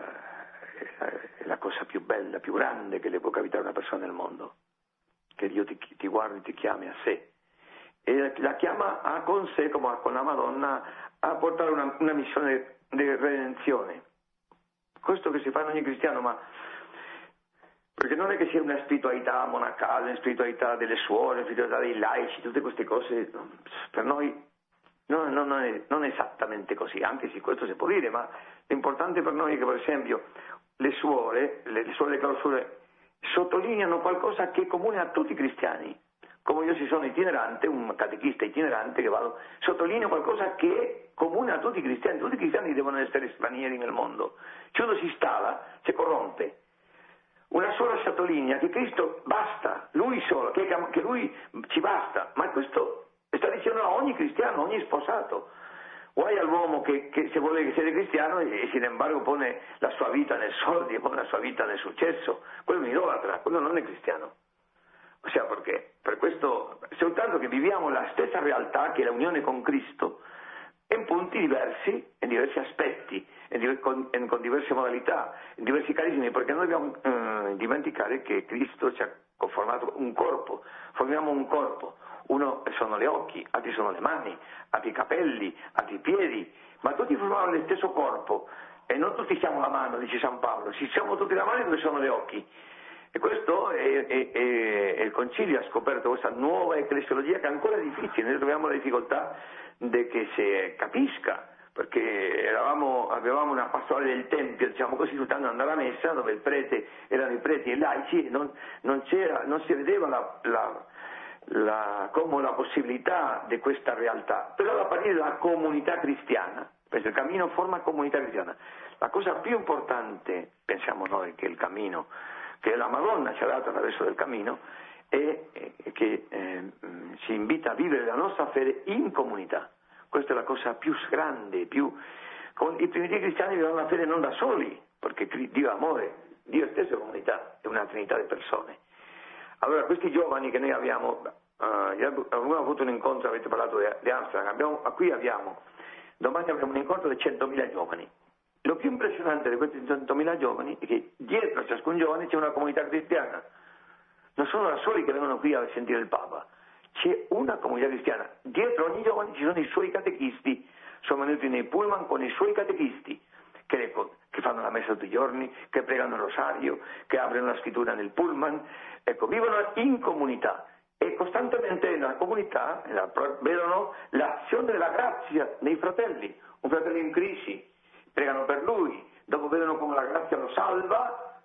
è la cosa più bella, più grande che le può capitare a una persona nel mondo, che Dio ti, ti guardi e ti chiami a sé. E la chiama a con sé, come con la Madonna, a portare una, una missione di redenzione. Questo che si fa in ogni cristiano, ma perché non è che sia una spiritualità monacale, una spiritualità delle suore, una spiritualità dei laici, tutte queste cose, per noi non, non, non, è, non è esattamente così, anche se questo si può dire, ma l'importante per noi è che, per esempio, le suore, le, le suore delle clausure, sottolineano qualcosa che è comune a tutti i cristiani. Come io si sono itinerante, un catechista itinerante che vado, sottolineo qualcosa che è comune a tutti i cristiani. Tutti i cristiani devono essere stranieri nel mondo. Se uno si instala, si corrompe. Una sola sottolinea che Cristo basta, Lui solo, che, che Lui ci basta. Ma questo sta dicendo a ogni cristiano, a ogni sposato. Guai all'uomo che, che se vuole essere cristiano e, e sin embargo pone la sua vita nel soldi, pone la sua vita nel successo. Quello è un idolatra, quello non è cristiano. Ossia perché? Per questo, soltanto che viviamo la stessa realtà che è l'unione con Cristo, in punti diversi, in diversi aspetti, in, con, in, con diverse modalità, in diversi carismi, perché noi dobbiamo eh, dimenticare che Cristo ci ha conformato un corpo, formiamo un corpo, uno sono le occhi, altri sono le mani, altri i capelli, altri i piedi, ma tutti formiamo lo stesso corpo e non tutti siamo la mano, dice San Paolo, se siamo tutti la mano dove sono le occhi. E questo è, è, è, è il Concilio ha scoperto questa nuova ecclesiologia che è ancora difficile, noi troviamo la difficoltà di che si capisca, perché eravamo, avevamo una pastorale del Tempio, diciamo così, soltanto andare a messa, dove il prete erano i preti e i laici, e non, non, c'era, non si vedeva la, la, la, come la possibilità di questa realtà, però a partire dalla comunità cristiana, perché il cammino forma comunità cristiana. La cosa più importante, pensiamo noi, che il cammino che la Madonna ci ha dato attraverso del cammino è che eh, ci invita a vivere la nostra fede in comunità. Questa è la cosa più grande, più... I primitivi cristiani vivevano la fede non da soli, perché Dio è amore, Dio stesso è comunità, è una trinità di persone. Allora questi giovani che noi abbiamo, uh, abbiamo avuto un incontro, avete parlato di Amsterdam, abbiamo, qui abbiamo, domani avremo un incontro di centomila giovani. Lo più impressionante di questi centomila giovani è che dietro a ciascun giovane c'è una comunità cristiana. Non sono da soli che vengono qui a sentire il Papa, c'è una comunità cristiana. Dietro ogni giovane ci sono i suoi catechisti, sono venuti nei pullman con i suoi catechisti, che, che fanno la messa tutti i giorni, che pregano il rosario, che aprono la scrittura nel pullman, ecco, vivono in comunità e costantemente nella comunità nella, vedono l'azione della grazia dei fratelli, un fratello in crisi, pregano per lui, dopo vedono come la grazia lo salva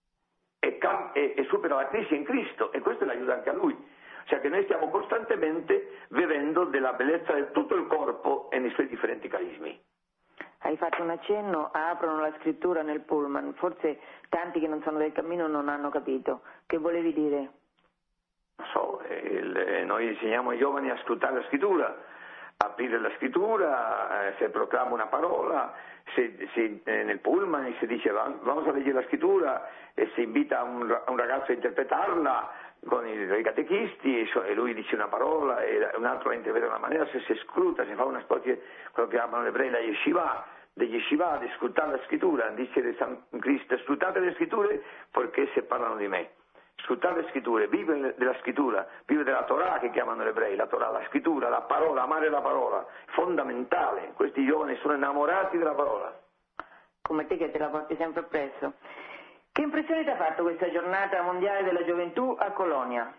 e, cam- e, e supera la crisi in Cristo, e questo l'aiuta anche a lui. Cioè che noi stiamo costantemente vivendo della bellezza di tutto il corpo e nei suoi differenti carismi. Hai fatto un accenno, aprono la scrittura nel pullman, forse tanti che non sono del cammino non hanno capito. Che volevi dire? Non so, il, noi insegniamo ai giovani a scrutare la scrittura, aprire la scrittura, eh, se proclama una parola, se, se eh, nel pullman si dice vamos a leggere la scrittura e si invita un, un ragazzo a interpretarla con i, i catechisti e, so, e lui dice una parola e un altro interpreta una maniera, se si scruta, si fa una specie, quello che chiamano le ebrei la yeshiva, degli yeshiva di scrutare la scrittura, dice San Cristo, scrutate le scritture perché se parlano di me. su tale scritture, vive della scrittura, vive della Torah che chiamano gli ebrei, la Torah, la scrittura, la parola, amare la parola, fondamentale. Questi giovani sono innamorati della parola. Come te che te la porti sempre appresso. Che impressione ti ha fatto questa giornata mondiale della gioventù a Colonia?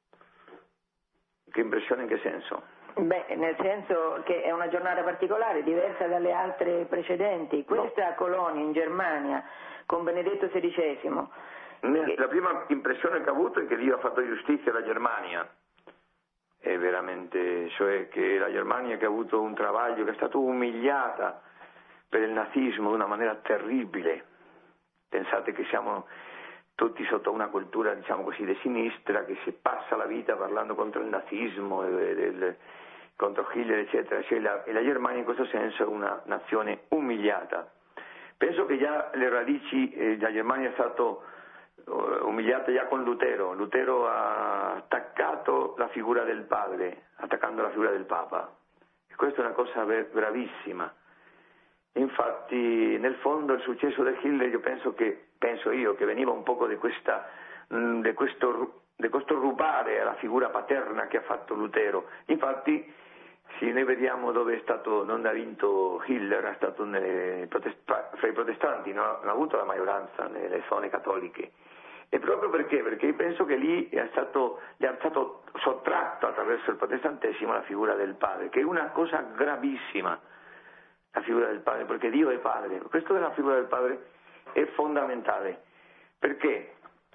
Che impressione in che senso? Beh, nel senso che è una giornata particolare, diversa dalle altre precedenti. Questa no. A Colonia, in Germania, con Benedetto sedicesimo. La prima impressione che ho avuto è che Dio ha fatto giustizia alla Germania. È veramente, cioè che la Germania che ha avuto un travaglio, che è stata umiliata per il nazismo in una maniera terribile. Pensate che siamo tutti sotto una cultura, diciamo così, di sinistra, che si passa la vita parlando contro il nazismo, e del, contro Hitler, eccetera. Cioè la, e la Germania in questo senso è una nazione umiliata. Penso che già le radici, eh, la Germania è stata uh, umiliata già con Lutero. Lutero ha attaccato la figura del padre, attaccando la figura del Papa. E questa è una cosa ver- bravissima. Infatti nel fondo il successo del Hitler io penso che penso io che veniva un poco di questa di questo, di questo rubare alla figura paterna che ha fatto Lutero. Infatti sì, noi vediamo dove è stato, non ha vinto Hitler, è stato nelle, fra i protestanti, non ha, non ha avuto la maggioranza nelle zone cattoliche. E proprio perché? Perché penso che lì è stato, gli è stato sottratto attraverso il protestantesimo la figura del padre, che è una cosa gravissima. La figura del padre, perché Dio è padre. Questo della figura del padre è fondamentale. Perché?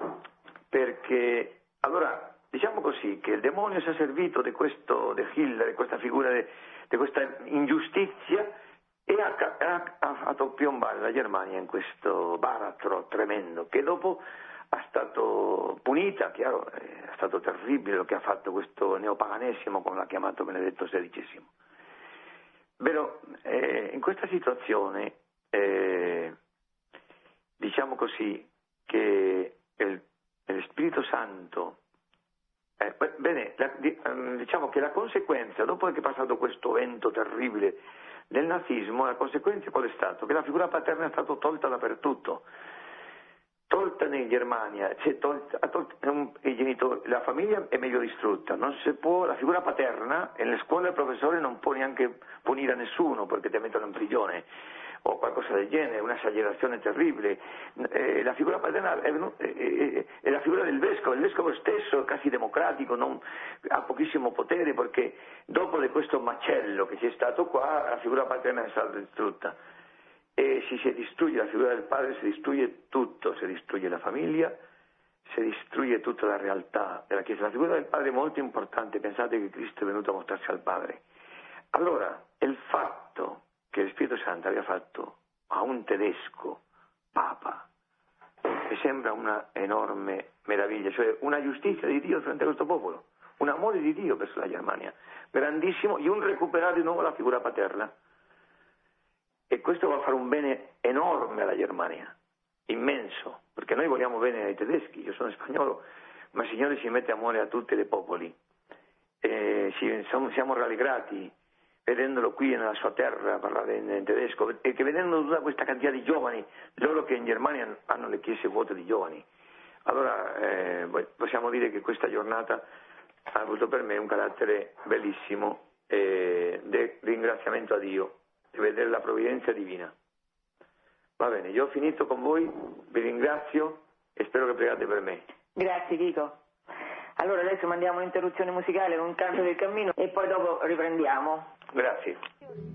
Perché, allora, diciamo così, che il demonio si è servito di questo, di Hitler, di questa figura, di, di questa ingiustizia, e ha, ha, ha fatto piombare la Germania in questo baratro tremendo, che dopo è stato punita, chiaro, è stato terribile lo che ha fatto questo neopaganesimo, come l'ha chiamato Benedetto sedicesimo. Però eh, in questa situazione, eh, diciamo così, che il, il Spirito Santo, eh, bene, la, diciamo che la conseguenza, dopo che è passato questo vento terribile del nazismo, la conseguenza qual è stato? Che la figura paterna è stata tolta dappertutto. Tolta in Germania, cioè tolta, tolta, um, i genitori, la famiglia è meglio distrutta, non si può, la figura paterna, e nelle scuole il professore non può neanche punire a nessuno perché ti mettono in prigione o qualcosa del genere, è un'esagerazione terribile. Eh, la figura paterna è, è, è, è la figura del vescovo, il vescovo stesso è quasi democratico, non, ha pochissimo potere perché dopo di questo macello che c'è stato qua, la figura paterna è stata distrutta. E se si distrugge la figura del padre si distrugge tutto, si distrugge la famiglia, si distrugge tutta la realtà della Chiesa. La figura del padre è molto importante, pensate che Cristo è venuto a mostrarsi al padre. Allora, il fatto che lo Spirito Santo abbia fatto a un tedesco papa, mi sembra una enorme meraviglia, cioè una giustizia di Dio frente a questo popolo, un amore di Dio verso la Germania, grandissimo, e un recuperare di nuovo la figura paterna. E questo va a fare un bene enorme alla Germania, immenso, perché noi vogliamo bene ai tedeschi, io sono spagnolo, ma il Signore ci mette amore a tutti i popoli. E ci, siamo rallegrati vedendolo qui nella sua terra parlare in, in tedesco, e che vedendo tutta questa quantità di giovani, loro che in Germania hanno le chiese vuote di giovani. Allora eh, possiamo dire che questa giornata ha avuto per me un carattere bellissimo eh, di ringraziamento a Dio, di vedere la provvidenza divina. Va bene, io ho finito con voi, vi ringrazio e spero che pregate per me. Grazie Chico. Allora adesso mandiamo un'interruzione musicale, un canto del cammino e poi dopo riprendiamo. Grazie.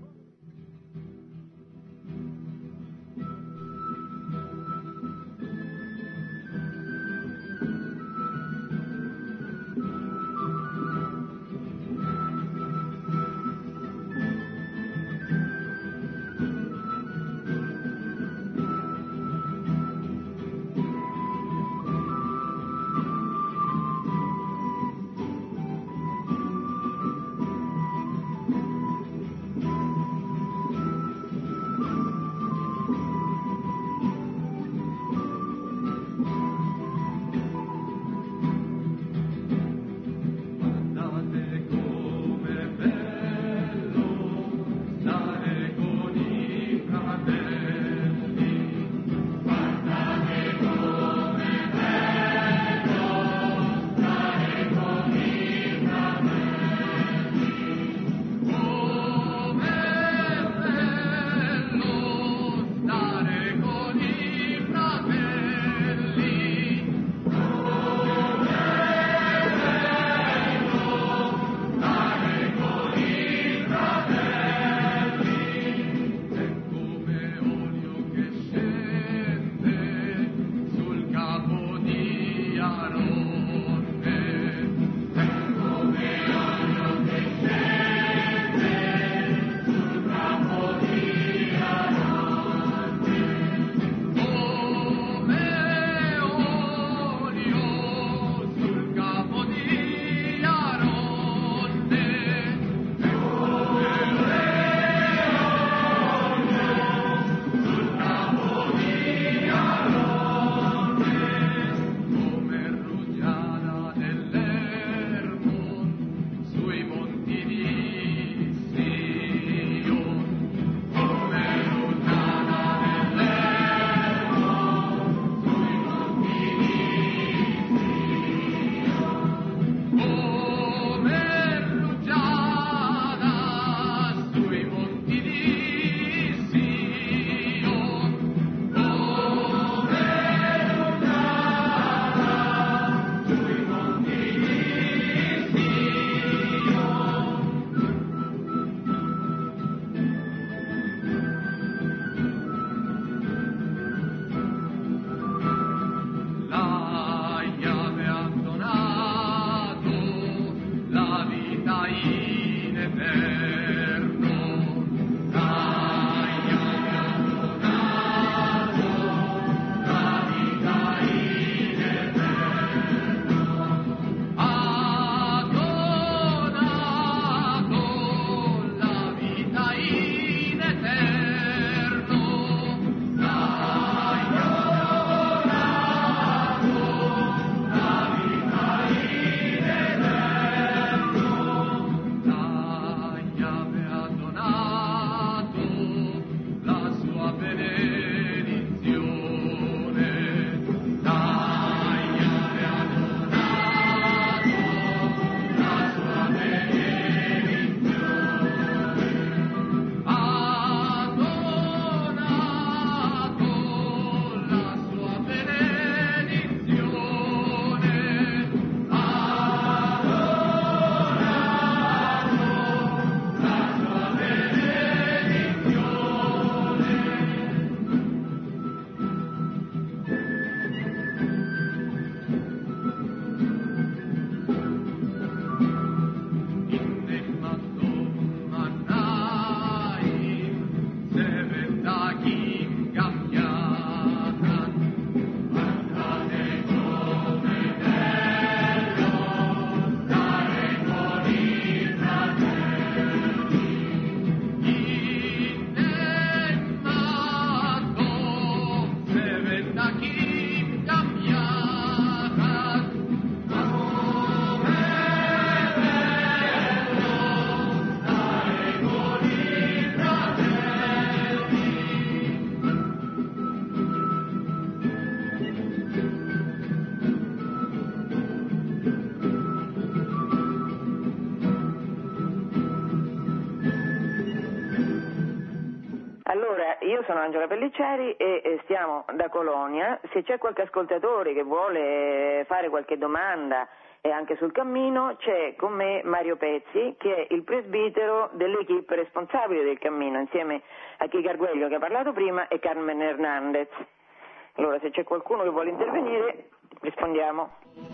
sono Angela Pellicciari e eh, stiamo da Colonia. Se c'è qualche ascoltatore che vuole fare qualche domanda e anche sul cammino, c'è con me Mario Pezzi, che è il presbitero dell'equipe responsabile del cammino, insieme a Chi Gargueglio che ha parlato prima e Carmen Hernandez. Allora, se c'è qualcuno che vuole intervenire, rispondiamo.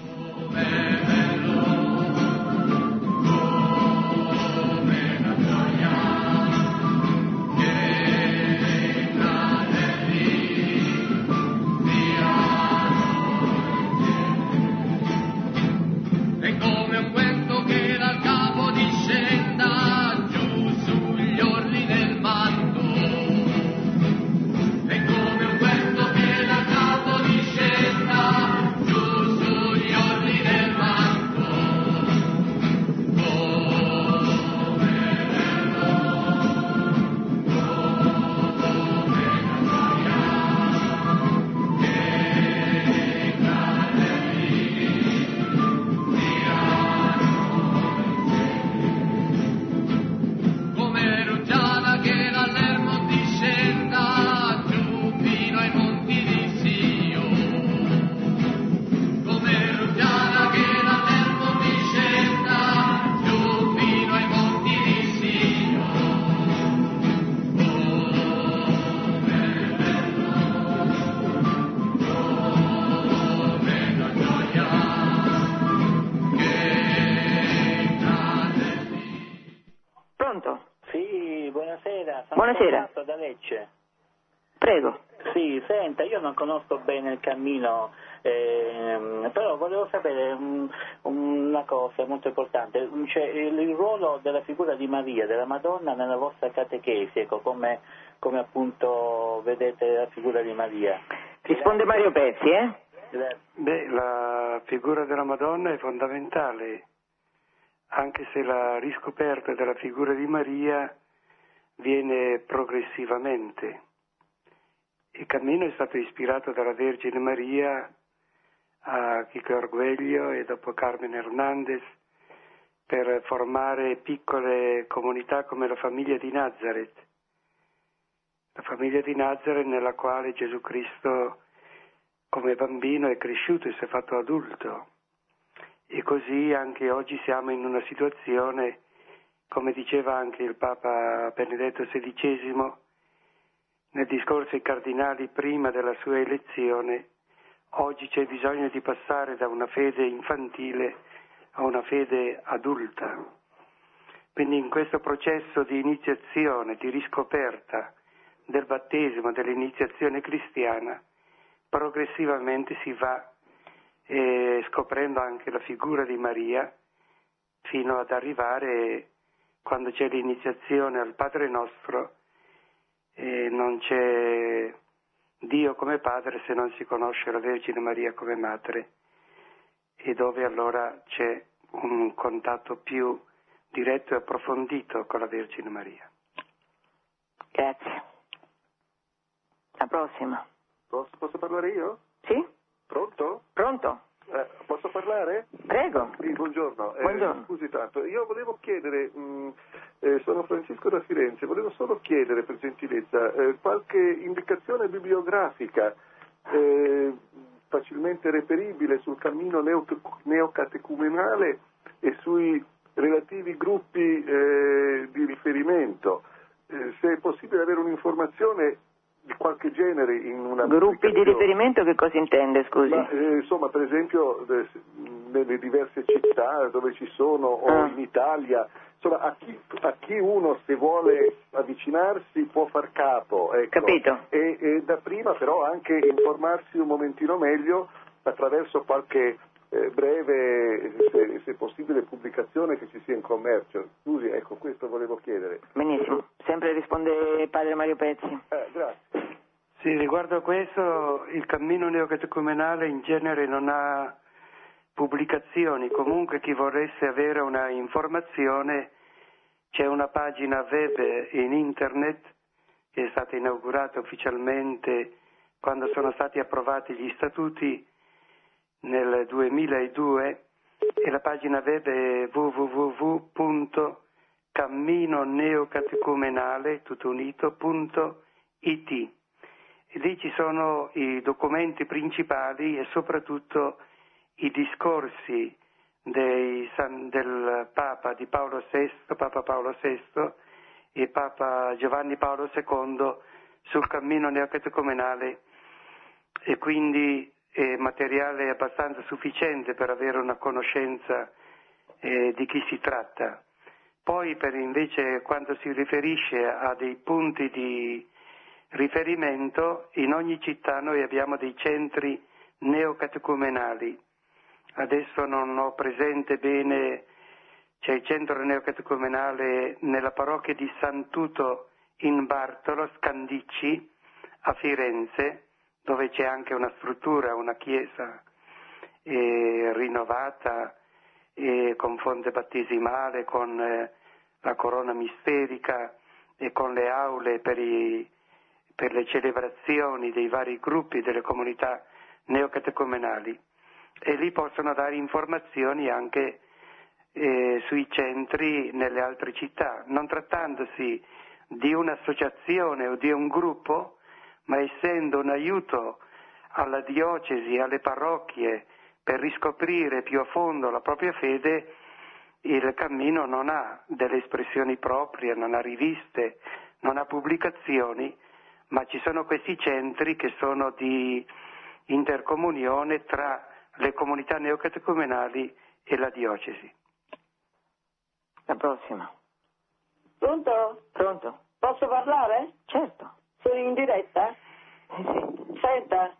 Buonasera. Da Lecce. Prego. Sì, senta, io non conosco bene il cammino, ehm, però volevo sapere um, una cosa molto importante, cioè il, il ruolo della figura di Maria, della Madonna nella vostra catechesi, ecco, come, come appunto vedete la figura di Maria. Risponde Mario Pezzi, eh? Beh, la figura della Madonna è fondamentale, anche se la riscoperta della figura di Maria viene progressivamente. Il cammino è stato ispirato dalla Vergine Maria a Chico Arguello e dopo Carmen Hernandez per formare piccole comunità come la famiglia di Nazareth, la famiglia di Nazareth nella quale Gesù Cristo come bambino è cresciuto e si è fatto adulto. E così anche oggi siamo in una situazione, come diceva anche il Papa Benedetto sedicesimo, nel discorso ai cardinali prima della sua elezione, oggi c'è bisogno di passare da una fede infantile a una fede adulta. Quindi in questo processo di iniziazione, di riscoperta del battesimo, dell'iniziazione cristiana, progressivamente si va eh, scoprendo anche la figura di Maria, fino ad arrivare, quando c'è l'iniziazione al Padre Nostro, e non c'è Dio come Padre se non si conosce la Vergine Maria come Madre, e dove allora c'è un contatto più diretto e approfondito con la Vergine Maria. Grazie. La prossima. Posso, posso parlare io? Sì? Pronto? Pronto? Eh, posso parlare? Prego. Sì, buongiorno. Buongiorno. Eh, scusi tanto, io volevo chiedere, mh, eh, sono Francisco da Firenze, volevo solo chiedere per gentilezza eh, qualche indicazione bibliografica eh, facilmente reperibile sul cammino neo- neocatecumenale e sui relativi gruppi eh, di riferimento. Eh, se è possibile avere un'informazione di qualche genere in una gruppi di riferimento, che cosa intende, scusi? Ma, eh, insomma, per esempio eh, nelle diverse città dove ci sono o ah. in Italia, insomma a chi, a chi uno, se vuole avvicinarsi, può far capo, ecco. Capito. E, e da prima però anche informarsi un momentino meglio attraverso qualche eh, breve, se, se possibile, pubblicazione che ci sia in commercio. Scusi, ecco, questo volevo chiedere. Benissimo, sempre risponde padre Mario Pezzi. Eh, grazie. Sì, riguardo a questo, il cammino neocatecumenale in genere non ha pubblicazioni. Comunque chi volesse avere una informazione, c'è una pagina web in internet che è stata inaugurata ufficialmente quando sono stati approvati gli statuti nel duemiladue, e la pagina web è w w w punto cammino neocatecumenale tutto unito punto I T. E lì ci sono i documenti principali e soprattutto i discorsi dei, del Papa di Paolo sesto, Papa Paolo sesto e Papa Giovanni Paolo secondo sul cammino neocatecumenale, e quindi è materiale abbastanza sufficiente per avere una conoscenza eh, di chi si tratta. Poi per invece quando si riferisce a dei punti di riferimento, in ogni città noi abbiamo dei centri neocatecumenali. Adesso non ho presente bene, c'è il centro neocatecumenale nella parrocchia di San Tuto in Bartolo, Scandicci, a Firenze, dove c'è anche una struttura, una chiesa eh, rinnovata, eh, con fonte battesimale, con eh, la corona misterica e con le aule per, i, per le celebrazioni dei vari gruppi delle comunità neocatecumenali, e lì possono dare informazioni anche eh, sui centri nelle altre città, non trattandosi di un'associazione o di un gruppo, ma essendo un aiuto alla diocesi, alle parrocchie, per riscoprire più a fondo la propria fede. Il cammino non ha delle espressioni proprie, non ha riviste, non ha pubblicazioni, ma ci sono questi centri che sono di intercomunione tra le comunità neocatecumenali e la diocesi. La prossima. Pronto? Pronto? Posso parlare? Certo. Sono in diretta? Eh sì. Senta,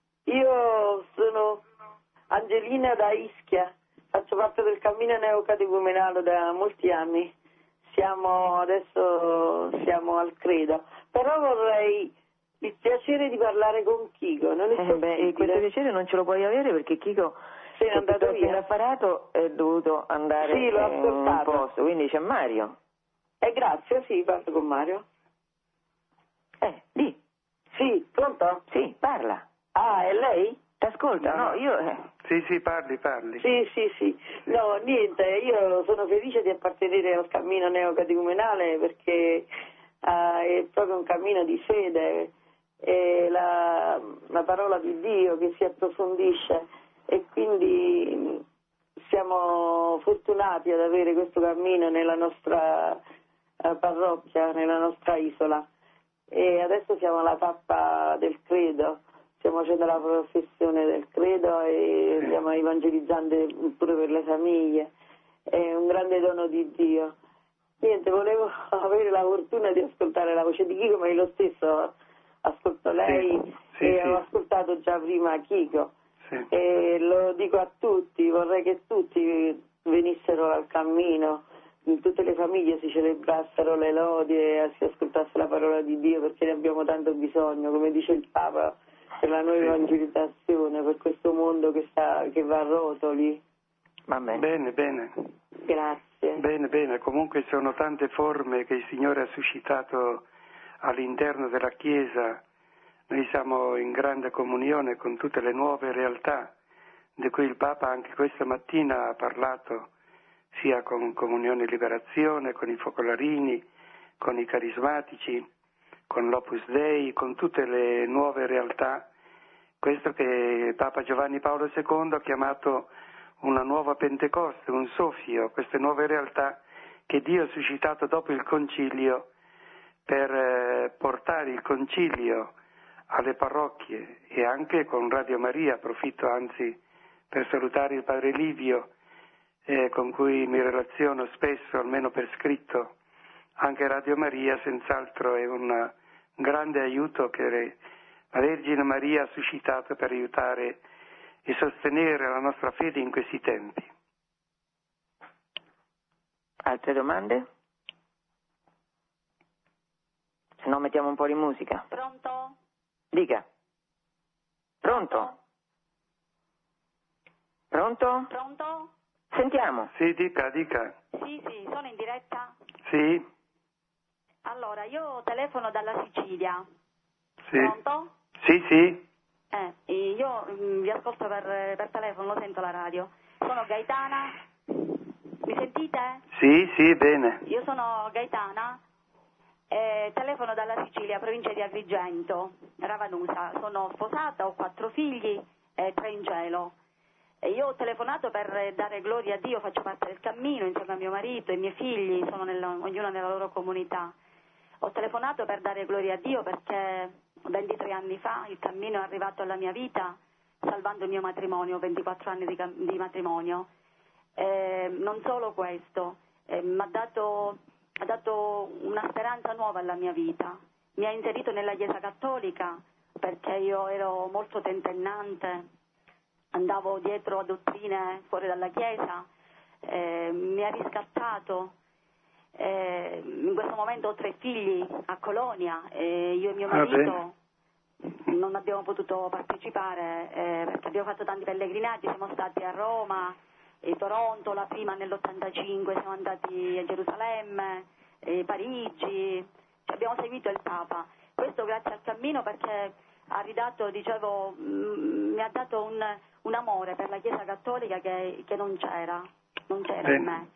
io sono Angelina da Ischia, faccio parte del cammino neocatecumenale da molti anni. Siamo adesso siamo al credo, però vorrei il piacere di parlare con Chico. Non è Eh beh, questo piacere non ce lo puoi avere perché Chico se n'è andato via. in affarato è dovuto andare sì, l'ho in un ascoltato. posto, quindi c'è Mario. Eh, grazie, sì, parlo con Mario. Eh, di. Sì, pronto? Sì, parla. Ah, è lei? T'ascolta, no, no, io... Eh. Sì, sì, parli, parli. Sì, sì, sì. No, niente, io sono felice di appartenere al cammino neocatecumenale perché uh, è proprio un cammino di fede, è la, la parola di Dio che si approfondisce e quindi siamo fortunati ad avere questo cammino nella nostra uh, parrocchia, nella nostra isola. E adesso siamo alla tappa del credo. Stiamo facendo la professione del credo e stiamo evangelizzando pure per le famiglie. È un grande dono di Dio. Niente, volevo avere la fortuna di ascoltare la voce di Chico, ma io lo stesso ascolto lei sì, sì, e sì. ho ascoltato già prima Chico. Sì. E lo dico a tutti, vorrei che tutti venissero al cammino, in tutte le famiglie si celebrassero le lodi e si ascoltasse la parola di Dio perché ne abbiamo tanto bisogno, come dice il Papa, per la nuova evangelizzazione, per questo mondo che, sta, che va a rotoli. Va bene. Bene, bene. Grazie. Bene, bene. Comunque sono tante forme che il Signore ha suscitato all'interno della Chiesa. Noi siamo in grande comunione con tutte le nuove realtà di cui il Papa anche questa mattina ha parlato, sia con Comunione e Liberazione, con i Focolarini, con i Carismatici, con l'Opus Dei, con tutte le nuove realtà, questo che Papa Giovanni Paolo secondo ha chiamato una nuova Pentecoste, un soffio, queste nuove realtà che Dio ha suscitato dopo il concilio per eh, portare il concilio alle parrocchie, e anche con Radio Maria, approfitto anzi per salutare il Padre Livio, eh, con cui mi relaziono spesso, almeno per scritto. Anche Radio Maria senz'altro è un grande aiuto che la Vergine Maria ha suscitato per aiutare e sostenere la nostra fede in questi tempi. Altre domande? Se no mettiamo un po' di musica. Pronto? Dica. Pronto? Pronto? Pronto? Sentiamo. Sì, dica, dica. Sì, sì, sono in diretta. Sì, Allora, io telefono dalla Sicilia. sì. Pronto? Sì, sì. Eh, io mm, vi ascolto per, per telefono, lo sento la radio. Sono Gaetana. Mi sentite? Sì, sì, bene. Io sono Gaetana Eh, telefono dalla Sicilia, provincia di Agrigento, Ravanusa. Sono sposata, ho quattro figli e tre in cielo. E io ho telefonato per dare gloria a Dio, faccio parte del cammino insieme a mio marito e i miei figli, sono nel, ognuno nella loro comunità. Ho telefonato per dare gloria a Dio perché ventitré anni fa il cammino è arrivato alla mia vita salvando il mio matrimonio, ventiquattro anni di, di matrimonio. Eh, non solo questo, eh, mi ha dato, ha dato una speranza nuova alla mia vita, mi ha inserito nella Chiesa Cattolica perché io ero molto tentennante, andavo dietro a dottrine fuori dalla Chiesa, eh, mi ha riscattato. Eh, in questo momento ho tre figli a Colonia e io e mio marito non abbiamo potuto partecipare eh, perché abbiamo fatto tanti pellegrinaggi, siamo stati a Roma e Toronto, la prima nell'ottantacinque, siamo andati a Gerusalemme, e Parigi, cioè abbiamo seguito il Papa. Questo grazie al cammino perché ha ridato, dicevo, mh, mi ha dato un, un amore per la Chiesa Cattolica che, che non c'era, non c'era in me.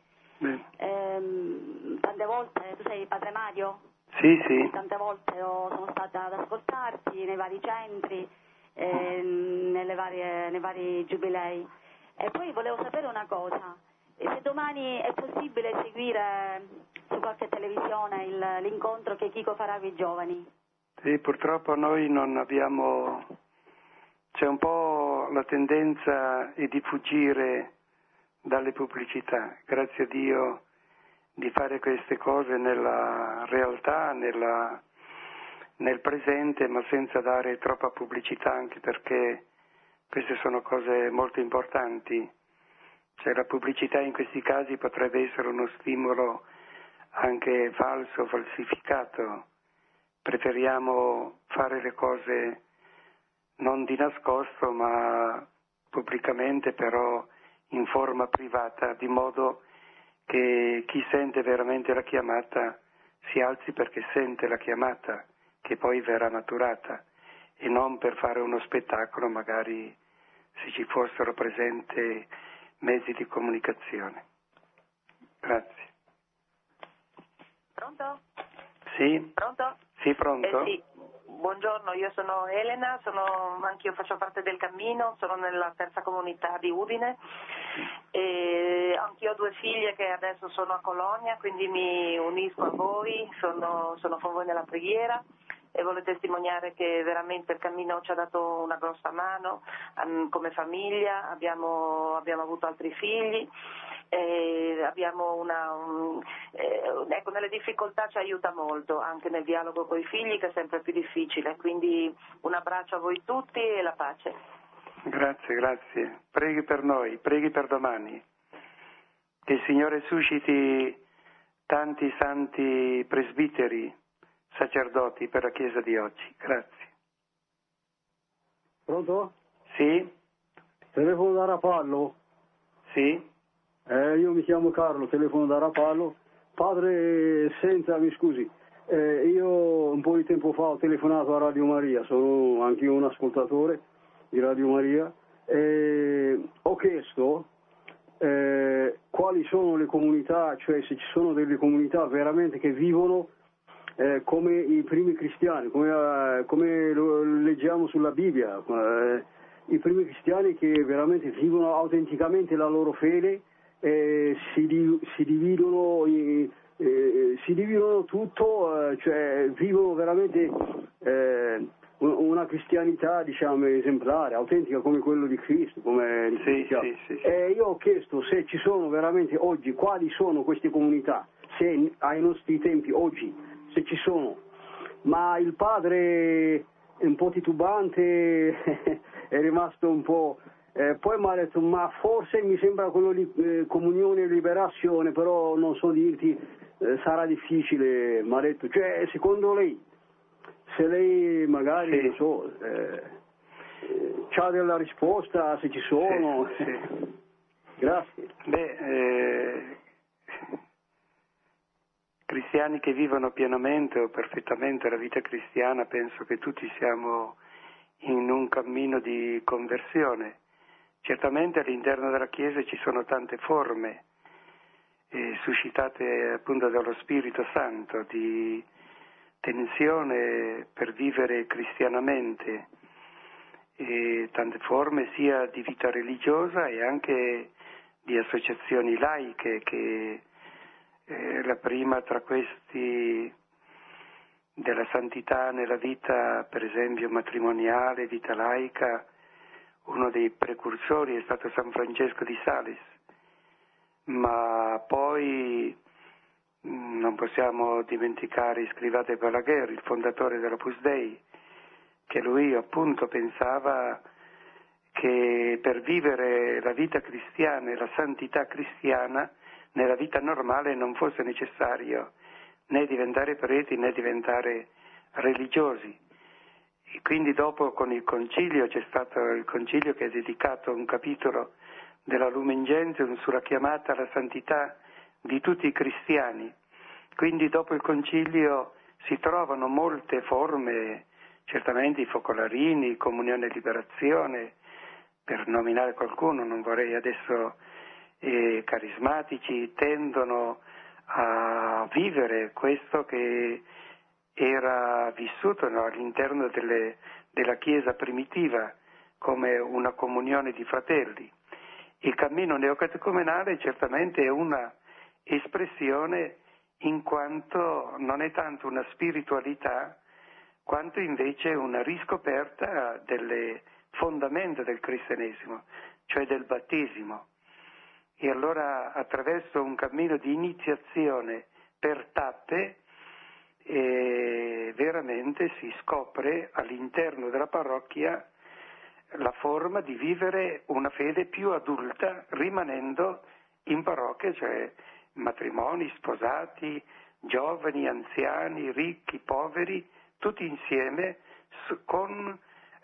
Ehm, tante volte, tu sei padre Mario? Sì, sì. Tante volte ho, sono stata ad ascoltarti nei vari centri, eh, nelle varie, nei vari giubilei. E poi volevo sapere una cosa, se domani è possibile seguire su qualche televisione il, l'incontro che Chico farà con i giovani? Sì, purtroppo noi non abbiamo, c'è un po' la tendenza è di fuggire dalle pubblicità, grazie a Dio di fare queste cose nella realtà, nella, nel presente, ma senza dare troppa pubblicità, anche perché queste sono cose molto importanti. Cioè la pubblicità in questi casi potrebbe essere uno stimolo anche falso, falsificato. Preferiamo fare le cose non di nascosto, ma pubblicamente, però in forma privata, di modo che chi sente veramente la chiamata si alzi perché sente la chiamata, che poi verrà maturata, e non per fare uno spettacolo, magari se ci fossero presenti mezzi di comunicazione. Grazie. Pronto? Sì? Pronto? Sì, pronto? Eh, sì. Buongiorno, io sono Elena, sono, anch'io faccio parte del cammino, sono nella terza comunità di Udine e anch'io ho due figlie che adesso sono a Colonia, quindi mi unisco a voi, sono, sono con voi nella preghiera e voglio testimoniare che veramente il cammino ci ha dato una grossa mano um, come famiglia, abbiamo, abbiamo avuto altri figli. Eh, abbiamo una, un, eh, ecco, nelle difficoltà ci aiuta molto, anche nel dialogo con i figli che è sempre più difficile, quindi un abbraccio a voi tutti e la pace. Grazie, grazie. Preghi per noi, preghi per domani, che il Signore susciti tanti santi presbiteri, sacerdoti per la Chiesa di oggi. Grazie. Pronto? Sì? Telefono da Rapallo? Sì? Eh, io mi chiamo Carlo, telefono da Rapallo. Padre, senza, mi scusi, eh, io un po' di tempo fa ho telefonato a Radio Maria, sono anch'io un ascoltatore di Radio Maria, e ho chiesto eh, quali sono le comunità, cioè se ci sono delle comunità veramente che vivono eh, come i primi cristiani, come, eh, come lo leggiamo sulla Bibbia, eh, i primi cristiani che veramente vivono autenticamente la loro fede. Eh, si, di, si dividono eh, eh, si dividono tutto, eh, cioè vivono veramente eh, una cristianità, diciamo, esemplare, autentica come quello di Cristo, come sì, sì, sì, sì. E io ho chiesto se ci sono veramente oggi, quali sono queste comunità, se ai nostri tempi oggi, se ci sono, ma il padre è un po' titubante, è rimasto un po'. Eh, poi mi ha detto, ma forse mi sembra quello di eh, comunione e liberazione, però non so dirti, eh, sarà difficile, mi ha detto, cioè secondo lei, se lei magari, sì. non so, eh, eh, c'ha della risposta, se ci sono. Sì, sì. Grazie. Beh, eh, cristiani che vivono pienamente o perfettamente la vita cristiana, penso che tutti siamo in un cammino di conversione. Certamente all'interno della Chiesa ci sono tante forme eh, suscitate appunto dallo Spirito Santo di, tensione per vivere cristianamente, e tante forme sia di vita religiosa e anche di associazioni laiche, che eh, la prima tra questi della santità nella vita, per esempio matrimoniale, vita laica, uno dei precursori è stato San Francesco di Sales, ma poi mh, non possiamo dimenticare Scrivate Balaguer, il fondatore dell'Opus Dei, che lui appunto pensava che per vivere la vita cristiana e la santità cristiana nella vita normale non fosse necessario né diventare preti né diventare religiosi. E quindi dopo con il concilio c'è stato il concilio che ha dedicato un capitolo della Lumen Gentium sulla chiamata alla santità di tutti i cristiani. Quindi dopo il concilio si trovano molte forme, certamente i focolarini, comunione e liberazione, per nominare qualcuno, non vorrei adesso, eh, carismatici, tendono a vivere questo che era vissuto, no, all'interno delle, della Chiesa primitiva come una comunione di fratelli. Il cammino neocatecumenale certamente è una espressione, in quanto non è tanto una spiritualità quanto invece una riscoperta delle fondamenta del cristianesimo, cioè del battesimo. E allora attraverso un cammino di iniziazione per tappe eh, veramente si scopre all'interno della parrocchia la forma di vivere una fede più adulta, rimanendo in parrocchia, cioè matrimoni, sposati, giovani, anziani, ricchi, poveri, tutti insieme con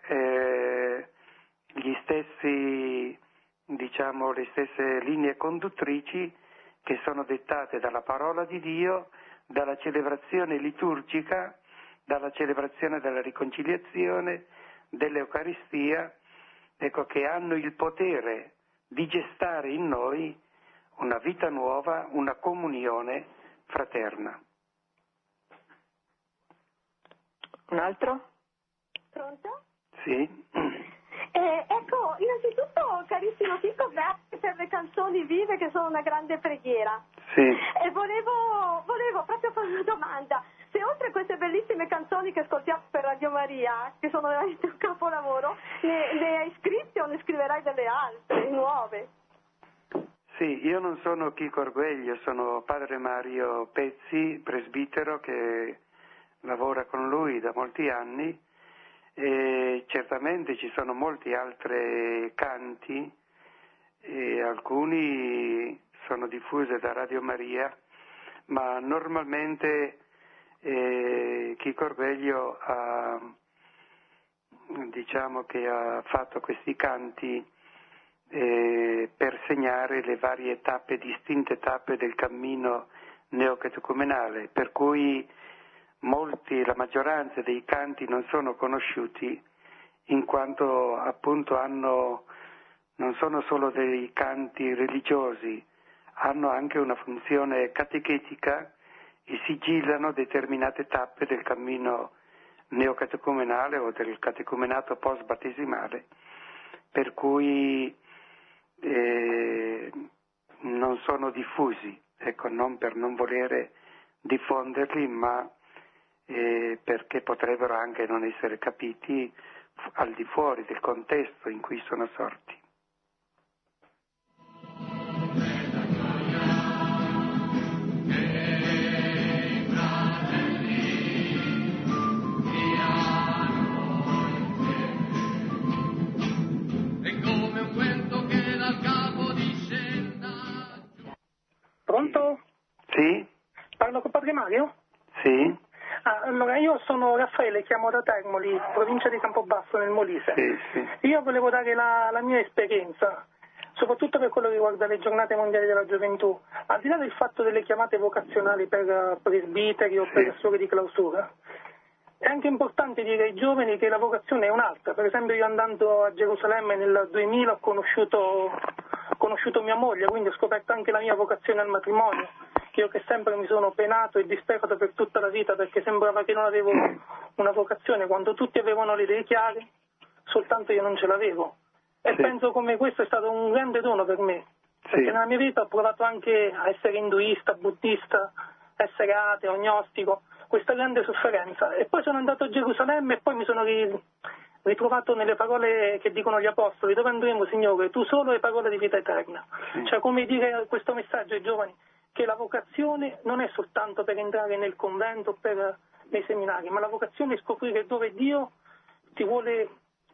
eh, gli stessi, diciamo, le stesse linee conduttrici che sono dettate dalla parola di Dio, dalla celebrazione liturgica, dalla celebrazione della riconciliazione, dell'Eucaristia, ecco, che hanno il potere di gestare in noi una vita nuova, una comunione fraterna. Un altro? Pronto? Sì. Eh, ecco, innanzitutto carissimo Chico, grazie per le canzoni vive che sono una grande preghiera. Sì. E volevo, volevo proprio fare una domanda. Se oltre a queste bellissime canzoni che ascoltiamo per Radio Maria, che sono veramente un capolavoro, ne, ne hai scritte o ne scriverai delle altre, nuove? Sì, io non sono Chico Arguello, sono padre Mario Pezzi, presbitero, che lavora con lui da molti anni, e certamente ci sono molti altri canti, e alcuni sono diffusi da Radio Maria, ma normalmente eh, Chico Arguello ha, diciamo che ha fatto questi canti eh, per segnare le varie tappe, distinte tappe del cammino neocatecumenale, per cui molti, la maggioranza dei canti non sono conosciuti, in quanto appunto hanno, non sono solo dei canti religiosi, hanno anche una funzione catechetica e sigillano determinate tappe del cammino neocatecumenale o del catecumenato post-battesimale, per cui eh, non sono diffusi, ecco, non per non volere diffonderli, ma eh, perché potrebbero anche non essere capiti al di fuori del contesto in cui sono sorti. Pronto? Sì? Parlo con Padre Mario? Sì? Ah, allora, io sono Raffaele, chiamo da Termoli, provincia di Campobasso, nel Molise. Sì, sì. Io volevo dare la, la mia esperienza, soprattutto per quello che riguarda le giornate mondiali della gioventù. Al di là del fatto delle chiamate vocazionali per presbiteri o sì. per suore di clausura, è anche importante dire ai giovani che la vocazione è un'altra. Per esempio, io andando a Gerusalemme nel duemila ho conosciuto, ho conosciuto mia moglie, quindi ho scoperto anche la mia vocazione al matrimonio. io che sempre mi sono penato e disperato per tutta la vita perché sembrava che non avevo una vocazione, quando tutti avevano le idee chiare, soltanto io non ce l'avevo. E sì. penso come questo è stato un grande dono per me, perché sì. nella mia vita ho provato anche a essere induista, buddista, essere ateo, agnostico, questa grande sofferenza. E poi sono andato a Gerusalemme e poi mi sono ritrovato nelle parole che dicono gli apostoli: dove andremo, Signore? Tu solo hai parole di vita eterna. Sì. Cioè, come dire questo messaggio ai giovani, che la vocazione non è soltanto per entrare nel convento o per nei seminari, ma la vocazione è scoprire dove Dio ti vuole,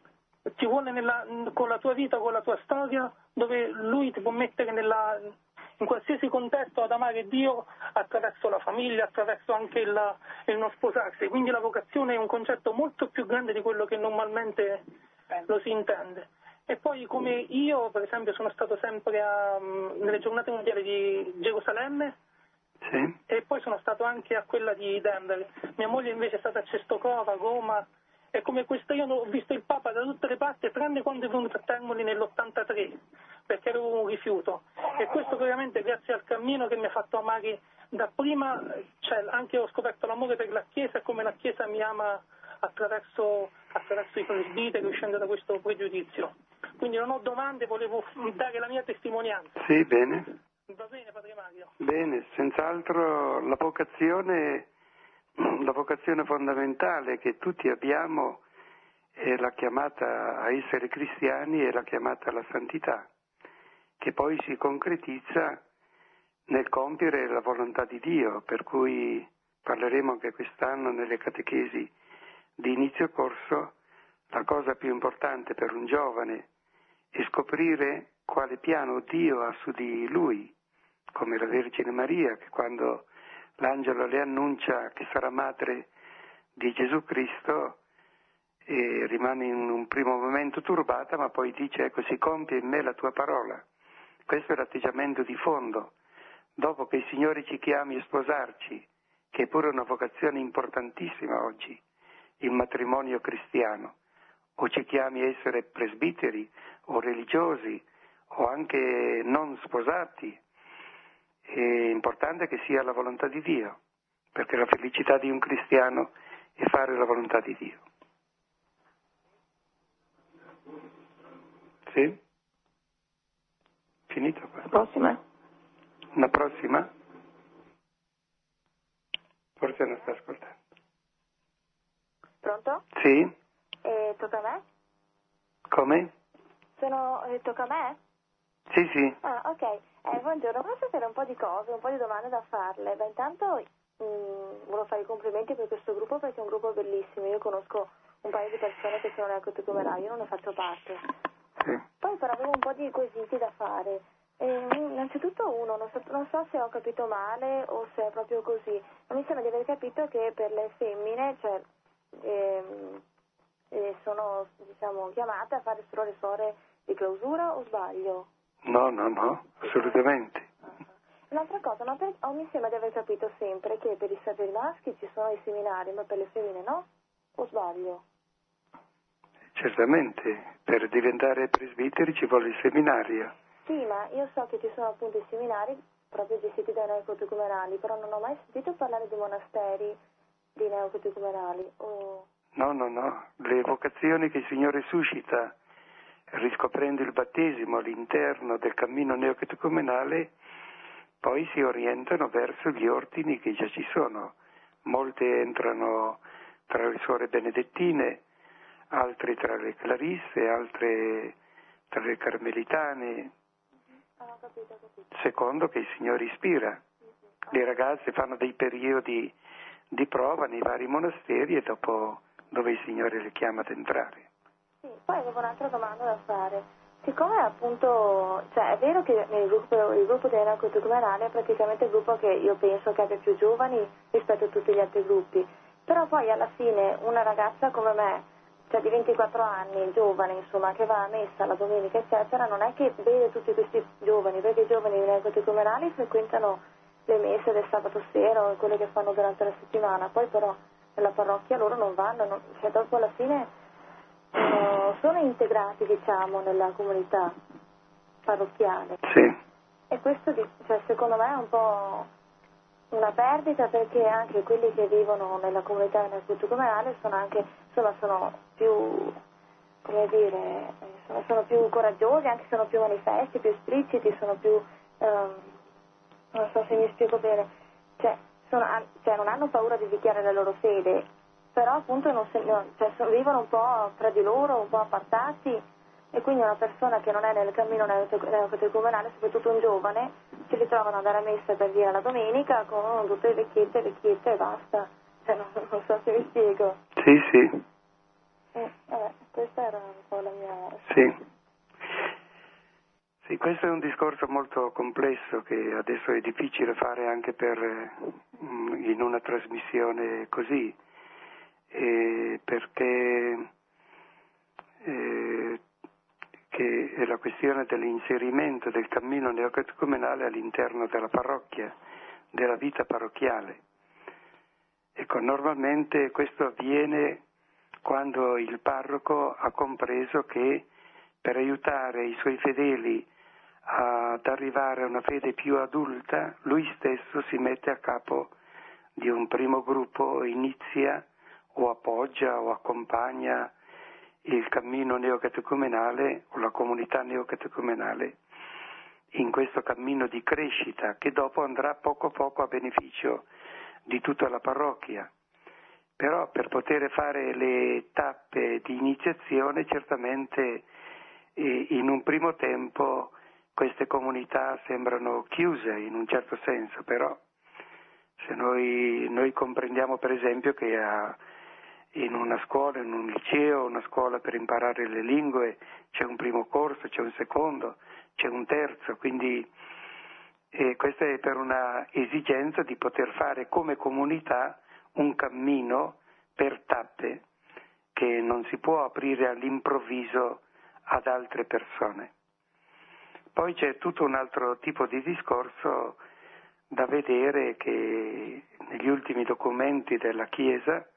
ti vuole nella, con la tua vita, con la tua storia, dove Lui ti può mettere nella, in qualsiasi contesto ad amare Dio attraverso la famiglia, attraverso anche il, il non sposarsi. Quindi la vocazione è un concetto molto più grande di quello che normalmente lo si intende. E poi come io, per esempio, sono stato sempre a, nelle giornate mondiali di Gerusalemme, sì. e poi sono stato anche a quella di Denver. Mia moglie invece è stata a Cestocora, a Roma, e come questo io ho visto il Papa da tutte le parti, tranne quando è venuto a Termoli nell'ottantatré, perché ero un rifiuto. E questo veramente grazie al cammino che mi ha fatto amare da prima, cioè anche ho scoperto l'amore per la Chiesa e come la Chiesa mi ama attraverso, attraverso i presbiteri, uscendo da questo pregiudizio. Quindi non ho domande, volevo dare la mia testimonianza. Sì, bene. Va bene, Padre Mario. Bene, senz'altro la vocazione, la vocazione fondamentale che tutti abbiamo è la chiamata a essere cristiani e la chiamata alla santità, che poi si concretizza nel compiere la volontà di Dio, per cui parleremo anche quest'anno nelle catechesi di inizio corso. La cosa più importante per un giovane è scoprire quale piano Dio ha su di lui, come la Vergine Maria, che quando l'angelo le annuncia che sarà madre di Gesù Cristo e rimane in un primo momento turbata, ma poi dice: ecco, si compie in me la tua parola. Questo è l'atteggiamento di fondo. Dopo che il Signore ci chiami a sposarci, che è pure una vocazione importantissima oggi, il matrimonio cristiano, o ci chiami a essere presbiteri o religiosi o anche non sposati, è importante che sia la volontà di Dio, perché la felicità di un cristiano è fare la volontà di Dio. Sì? Finito qua? Prossima? Una prossima? Forse non sta ascoltando. Pronto? Sì? Eh, tocca a me? Come? Sono, eh, tocca a me? Sì, sì. Ah, ok. Eh, buongiorno, volevo sapere un po' di cose, un po' di domande da farle. Beh, intanto mh, volevo fare i complimenti per questo gruppo perché è un gruppo bellissimo. Io conosco un paio di persone che sono neocatecumenali, io non ne faccio parte. Sì. Poi però avevo un po' di quesiti da fare. Eh, innanzitutto uno, non so, non so se ho capito male o se è proprio così. Non mi sembra di aver capito che per le femmine, cioè, ehm, eh, sono, diciamo, chiamate a fare solo le suore di clausura, o sbaglio? No, no, no, assolutamente. Uh-huh. Un'altra cosa, ma per, oh, mi sembra di aver capito sempre che per i saggi maschi ci sono i seminari, ma per le femmine no? O sbaglio? Certamente, per diventare presbiteri ci vuole il seminario. Sì, ma io so che ci sono appunto i seminari proprio gestiti dai neocatecumenali, però non ho mai sentito parlare di monasteri di neocatecumenali. O... No, no, no, le vocazioni che il Signore suscita riscoprendo il battesimo all'interno del cammino neocatecumenale poi si orientano verso gli ordini che già ci sono. Molte entrano tra le suore benedettine, altre tra le clarisse, altre tra le carmelitane, ah, capito, capito. secondo che il Signore ispira. Le ragazze fanno dei periodi di prova nei vari monasteri e dopo dove il Signore le chiama ad entrare. Sì, poi avevo un'altra domanda da fare. Siccome appunto, cioè è vero che nel gruppo, il gruppo dei neocatecumenali è praticamente il gruppo che io penso che abbia più giovani rispetto a tutti gli altri gruppi, però poi alla fine una ragazza come me, cioè di ventiquattro anni, giovane insomma, che va a messa la domenica eccetera, non è che vede tutti questi giovani, perché i giovani neocatecumenali frequentano le messe del sabato sera o quelle che fanno durante la settimana, poi però nella parrocchia loro non vanno, non, cioè dopo alla fine sono, sono integrati diciamo nella comunità parrocchiale. Sì. E questo cioè, secondo me è un po', una perdita perché anche quelli che vivono nella comunità ecumenale sono anche, insomma, sono più, come dire, sono, sono più coraggiosi, anche sono più manifesti, più espliciti, sono più, um, non so se mi spiego bene, cioè, sono, cioè non hanno paura di dichiarare la loro fede, però appunto non se, no, cioè, vivono un po' tra di loro, un po' appartati. E quindi una persona che non è nel cammino neocatecumenale, soprattutto un giovane, si ritrovano ad andare a messa per dire la domenica con tutte le vecchiette, vecchiette e basta. Cioè, non, non so se mi spiego. Sì, sì. Eh, vabbè, questa era un po' la mia... Sì. Sì, questo è un discorso molto complesso che adesso è difficile fare anche per, in una trasmissione così, eh, perché... Eh, che è la questione dell'inserimento del cammino neocatecumenale all'interno della parrocchia, della vita parrocchiale. Ecco, normalmente questo avviene quando il parroco ha compreso che per aiutare i suoi fedeli ad arrivare a una fede più adulta, lui stesso si mette a capo di un primo gruppo, inizia o appoggia o accompagna il cammino neocatecumenale o la comunità neocatecumenale in questo cammino di crescita che dopo andrà poco a poco a beneficio di tutta la parrocchia. Però per poter fare le tappe di iniziazione certamente eh, in un primo tempo queste comunità sembrano chiuse in un certo senso, però se noi, noi comprendiamo per esempio che a in una scuola, in un liceo, una scuola per imparare le lingue, c'è un primo corso, c'è un secondo, c'è un terzo, quindi eh, questa è per una esigenza di poter fare come comunità un cammino per tappe che non si può aprire all'improvviso ad altre persone. Poi c'è tutto un altro tipo di discorso da vedere che negli ultimi documenti della Chiesa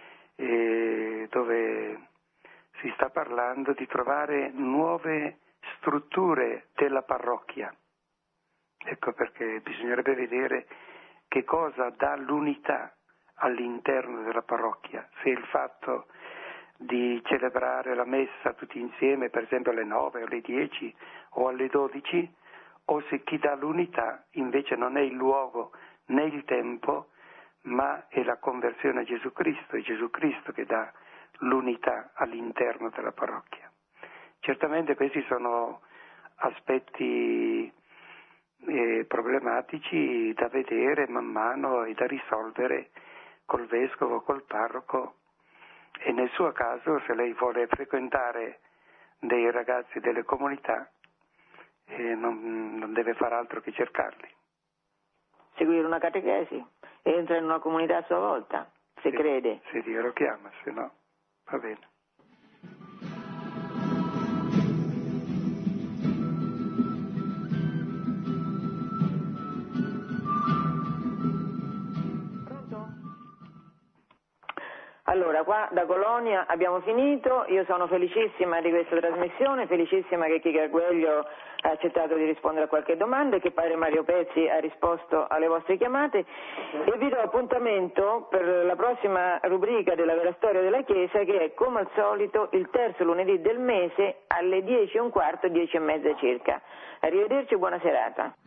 Eh, dove si sta parlando di trovare nuove strutture della parrocchia. Ecco perché bisognerebbe vedere che cosa dà l'unità all'interno della parrocchia, se il fatto di celebrare la messa tutti insieme, per esempio alle nove, alle dieci o alle dodici, o se chi dà l'unità invece non è il luogo né il tempo, ma è la conversione a Gesù Cristo, è Gesù Cristo che dà l'unità all'interno della parrocchia. Certamente questi sono aspetti eh, problematici da vedere man mano e da risolvere col vescovo, col parroco, e nel suo caso se lei vuole frequentare dei ragazzi delle comunità eh, non, non deve fare altro che cercarli. Seguire una catechesi, entra in una comunità a sua volta, se sì, crede. Se Dio lo chiama, se no va bene. Allora, qua da Colonia abbiamo finito, io sono felicissima di questa trasmissione, felicissima che Chica Arguello ha accettato di rispondere a qualche domanda e che padre Mario Pezzi ha risposto alle vostre chiamate e vi do appuntamento per la prossima rubrica della vera storia della Chiesa, che è come al solito il terzo lunedì del mese alle dieci e un quarto, dieci e mezza circa. Arrivederci e buona serata.